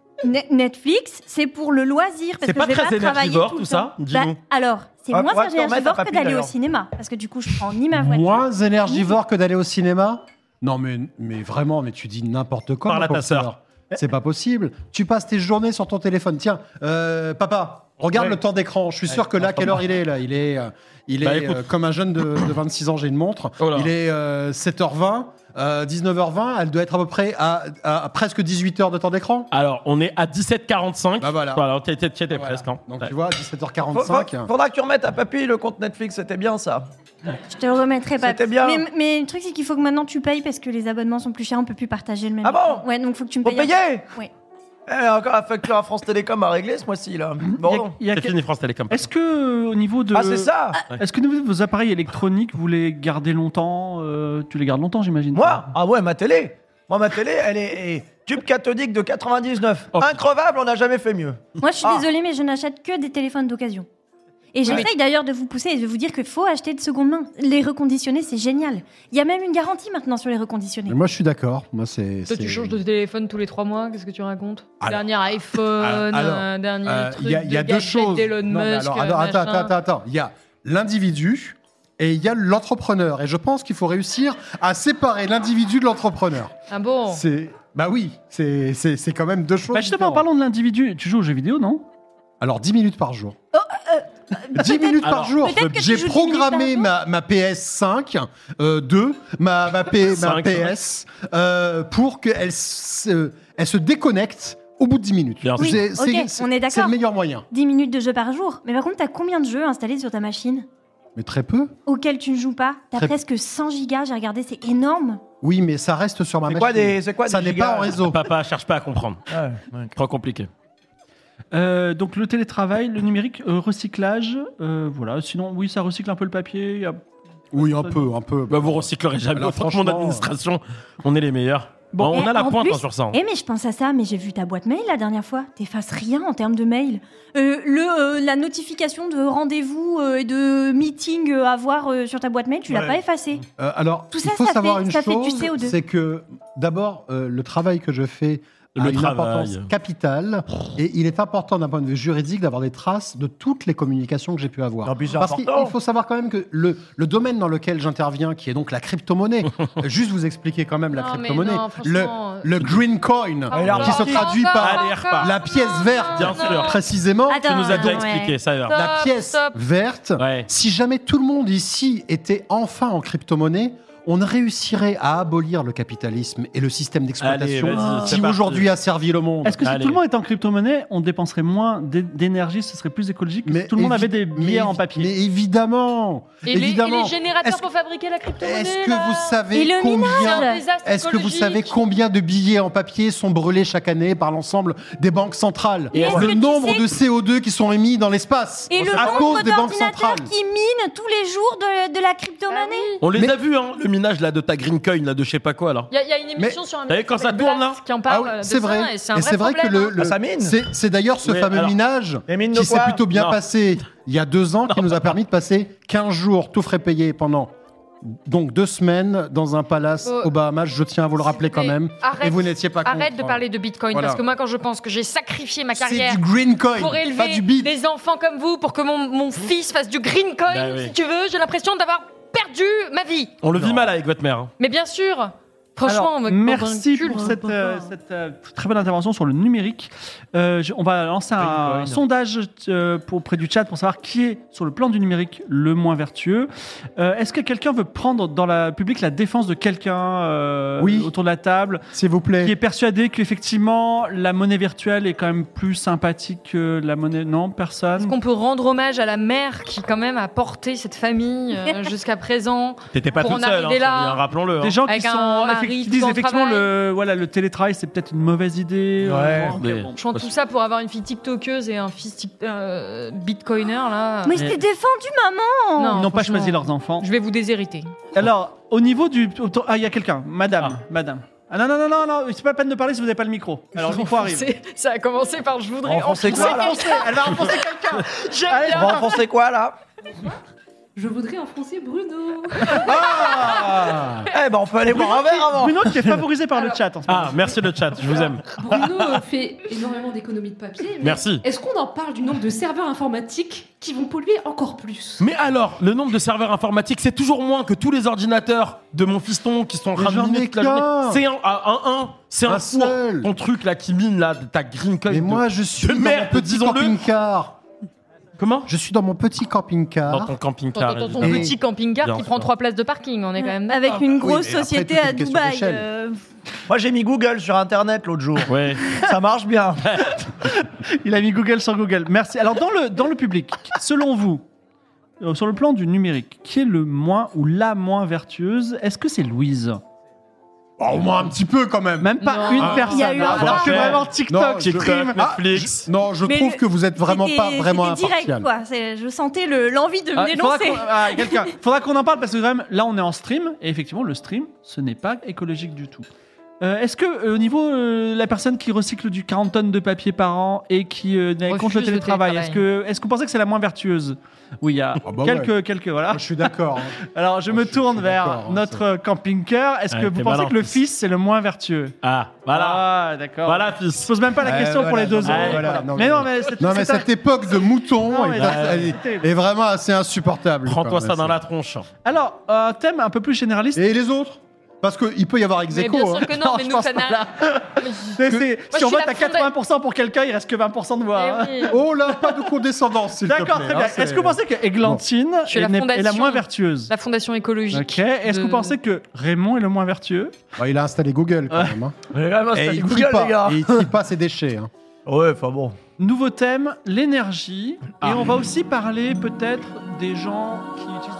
Netflix, c'est pour le loisir. Parce C'est que pas je vais très travailler énergivore, tout le tout ça temps. Dis-nous. Alors, c'est Ouais, moins faudra que tu remettes énergivore ta que papy, d'aller au d'ailleurs. cinéma. Parce que du coup, je prends ni ma voiture. Moins énergivore que d'aller au cinéma ? Non, mais vraiment, mais tu dis n'importe quoi. Parle mon à ta pauvre frère. sœur. C'est pas possible. Tu passes tes journées sur ton téléphone. Tiens, papa, regarde Ouais. le temps d'écran. Je suis sûr que là, quelle heure il est là ? Il est, Bah, écoute. comme un jeune de 26 ans, j'ai une montre. Oh là. Il est 7h20, 19h20. Elle doit être à peu près à presque 18 heures de temps d'écran. Alors, on est à 17h45. Bah voilà. tu étais Voilà. presque. Hein. Donc Ouais. tu vois, 17h45. Faudra que tu remettes à papy le compte Netflix, c'était bien ça. Je te le remettrai pas. C'était bien. Mais le truc, c'est qu'il faut que maintenant tu payes parce que les abonnements sont plus chers. On peut plus partager le même. Ah bon Ouais, donc faut que tu me Faut payes. payer. Oui. Encore la facture à France Télécom à régler ce mois-ci là. Bon. Il y a C'est fini France Télécom. Est-ce que au niveau de Ah c'est ça. est-ce que au niveau de vos appareils électroniques, vous les gardez longtemps Tu les gardes longtemps, j'imagine. Moi Ah ouais, ma télé. Moi ma télé, elle est tube cathodique de 99. Oh. Increvable, on n'a jamais fait mieux. Moi, je suis Ah. désolée, mais je n'achète que des téléphones d'occasion. Et j'essaye d'ailleurs de vous pousser et de vous dire qu'il faut acheter de seconde main. Les reconditionnés, c'est génial. Il y a même une garantie maintenant sur les reconditionnés. Mais moi, je suis d'accord. Moi, c'est. Toi, tu changes de téléphone tous les 3 mois, qu'est-ce que tu racontes Alors- Dernier iPhone, alors, dernier truc Il y a de deux gadget choses. d'Elon Non, mais Musk. alors, machin. attends. Il y a l'individu et il y a l'entrepreneur. Et je pense qu'il faut réussir à séparer l'individu de l'entrepreneur. Ah bon Bah oui, c'est quand même deux choses. Bah justement, en différentes. parlant de l'individu, tu joues aux jeux vidéo, non Alors, 10 minutes par jour. 10 minutes par Alors, jour. peut-être que tu J'ai joues 10 programmé minutes par ma PS5 2, ma Cinq, PS pour qu'elle elle se déconnecte au bout de 10 minutes. Bien sûr. Oui, ok, on est C'est d'accord. le meilleur moyen. 10 minutes de jeu par jour. Mais par contre, t'as combien de jeux installés sur ta machine Mais très peu. auquel tu ne joues pas. T'as Très- presque 100 gigas, j'ai regardé, c'est énorme. Oui, mais ça reste sur ma machine. C'est quoi Ça des n'est pas gigas en réseau. Papa, cherche pas à comprendre. Ouais. Trop compliqué. Donc le télétravail, le numérique, recyclage, voilà. Sinon, oui, ça recycle un peu le papier. Il y a- Oui, un peu. Bah, vous recyclerez jamais Alors, autant que mon franchement, administration. On est les meilleurs. Bon, on Et a la en pointe plus- hein, sur ça. hein. Eh mais je pense à ça, mais j'ai vu ta boîte mail la dernière fois. T'effaces rien en termes de mail. La notification de rendez-vous et de meeting à voir sur ta boîte mail, tu l'as Ouais. pas effacée. Alors, Tout il ça, faut ça savoir fait- une ça fait du chose, CO2. c'est que d'abord, le travail que je fais a Le une travail. importance capitale et il est important d'un point de vue juridique d'avoir des traces de toutes les communications que j'ai pu avoir. Non, puis c'est Parce qu'il important. faut savoir quand même que le domaine dans lequel j'interviens, qui est donc la crypto-monnaie, juste vous expliquer quand même la Non, mais crypto-monnaie, non, franchement, le green coin, Alors, qui se traduit par Allez, repart. la pièce verte, Bien sûr. précisément. Attends, Tu nous as déjà ouais. expliqué ça. alors. La pièce Stop. verte, Ouais. si jamais tout le monde ici était enfin en crypto-monnaie, on réussirait à abolir le capitalisme et le système d'exploitation Allez, vas-y, c'est qui parti. aujourd'hui a servi le monde. Est-ce que si Allez. tout le monde était en crypto-monnaie, on dépenserait moins d'énergie, ce serait plus écologique que si tout le monde avait des billets en papier? Mais évidemment, Et les évidemment. générateurs Est-ce- pour fabriquer la crypto-monnaie. Est-ce que là vous Et savez le C'est un combien désastre est-ce que vous écologique. savez combien de billets en papier sont brûlés chaque année par l'ensemble des banques centrales? Et est-ce Le que tu nombre sais- de CO2 qui sont émis dans l'espace Et le à nombre cause des banques d'ordinateurs centrales. qui minent tous les jours de la crypto-monnaie. On les Mais- a vus, hein, le minage là, de ta green coin, là, de je sais pas quoi. Là. Il y a une émission sur un T'as vu quand ça tourne, là qui en Ah parle oui, de c'est ça, vrai. et c'est un Et vrai c'est vrai que problème, hein. Ah, ça mine. c'est d'ailleurs ce Oui, fameux alors- minage Les mines de qui s'est quoi plutôt bien Non. passé il y a 2 ans, qui nous a permis de passer 15 jours tout frais payés pendant donc 2 semaines dans un palace Oh. aux Bahamas. Je tiens à vous le rappeler quand même. Arrête, Et vous n'étiez pas arrête contre. de parler de Bitcoin, Voilà. parce que moi, quand je pense que j'ai sacrifié ma C'est carrière du green coin, pour pas élever du bit. des enfants comme vous, pour que mon fils fasse du green coin, Bah oui. si tu veux, j'ai l'impression d'avoir perdu ma vie. On le vit mal avec votre mère. hein. Mais bien sûr, franchement, Alors, on me merci cul. pour cette très bonne intervention sur le numérique. On va lancer un Bitcoin. sondage auprès du chat pour savoir qui est, sur le plan du numérique, le moins vertueux. Est-ce que quelqu'un veut prendre dans le public la défense de quelqu'un Oui. autour de la table S'il vous qui plaît. est persuadé qu'effectivement la monnaie virtuelle est quand même plus sympathique que la monnaie... Non, personne. Est-ce qu'on peut rendre hommage à la mère qui, quand même, a porté cette famille jusqu'à présent T'étais pas Pour tout en seul, hein, arriver là. c'est bien, rappelons-le. Des hein. gens qui, Avec un sont, mari qui tout disent en effectivement travail. le télétravail c'est peut-être une mauvaise idée. Ouais. Bon, ok, Mais- bon. Je chante tout ça pour avoir une fille tiktokeuse et un fils bitcoiner, là. Mais je t'ai défendu, maman. Non, Ils n'ont pas franchement, choisi leurs enfants. Je vais vous déshériter. Alors, au niveau du... Ah, il y a quelqu'un. Madame. Ah non, non, non, non, non, c'est pas la peine de parler si vous n'avez pas le micro. Alors, le micro arrive. Ça a commencé par je voudrais Enfoncer quoi, là Elle va enfoncer quelqu'un. J'aime Allez, bien. On va enfoncer quoi là Je voudrais enfoncer Bruno. Eh ben on peut aller boire un verre avant. Bruno qui est favorisé par le chat en ce moment. Ah, merci le chat, je vous aime. Bruno fait énormément d'économies de papier. Mais Merci. Est-ce qu'on en parle du nombre de serveurs informatiques qui vont polluer encore plus? Mais alors, le nombre de serveurs informatiques, c'est toujours moins que tous les ordinateurs de mon fiston qui sont en Mais train de j'en miner ai toute la journée. qu'un. C'est c'est un Un four. seul. Ton truc là qui mine là, ta green coin. Mais de- moi, je suis de dans merde, mon petit disons-le. camping-car. Comment Je suis dans mon petit Dans camping-car. ton camping-car. Ton évidemment. Et- petit camping-car Bien qui sûr. prend 3 places de parking, on est quand même Avec d'accord. une Oui, grosse mais après, société tout est à une question Dubaï. d'échelle. Moi j'ai mis Google sur internet l'autre jour. Ouais. Ça marche bien. Il a mis Google sur Google. Merci. Alors, dans le public, selon vous, sur le plan du numérique, qui est le moins ou la moins vertueuse? Est-ce que c'est Louise? Oh, au moins un petit peu quand même. Même pas Non. une Ah, personne. il y a eu un Alors que rappel. vraiment TikTok, Non, je- stream. Netflix. Non, je Mais trouve le- que vous êtes vraiment pas C'était- vraiment c'était direct, impartial. quoi. Je sentais l'envie de me Ah, dénoncer. faudra qu'on en parle parce que quand même, là on est en stream et effectivement le stream ce n'est pas écologique du tout. Est-ce que au niveau la personne qui recycle du 40 tonnes de papier par an et qui est contre Refuse le le télétravail, télétravail. est-ce que vous pensez que c'est la moins vertueuse? Oui, il y a Ah bah quelques voilà. Moi, je suis d'accord. hein. Alors je me je suis tourne d'accord, vers hein, notre camping-car. Est-ce Ouais, que vous t'es pensez malin, que le fils. fils c'est le moins vertueux? Ah, voilà. Ah, d'accord. Voilà, Je fils. pose même pas la question pour les 2 ans. Ouais, voilà. Non, Mais mais- non, mais c'est- Non, mais c'est un- cette époque de mouton Non, mais est vraiment assez insupportable. Prends-toi quoi. ça dans la tronche. Alors, un thème un peu plus généraliste. Et les autres Parce qu'il peut y avoir ex Mais aequo, bien hein. sûr que non, Non, mais je nous, pense ça pas n'a... là. Mais- Si je on suis vote la à 80% pour quelqu'un, il reste que 20% de voix. hein. Eh oui. Oh là, pas de condescendance, s'il te plaît. D'accord, très bien. hein, c'est- Est-ce que vous pensez que Églantine Je suis la est la fondation. moins vertueuse? La fondation écologique. Ok. Est-ce que vous pensez que Raymond est le moins vertueux? Bah, il a installé Google quand Ouais. même. hein. J'ai quand même Et installé il Google, trie les pas. gars. Et il trie pas ses déchets. hein. Ouais, enfin bon. Nouveau thème, l'énergie. Et on va aussi parler peut-être des gens qui utilisent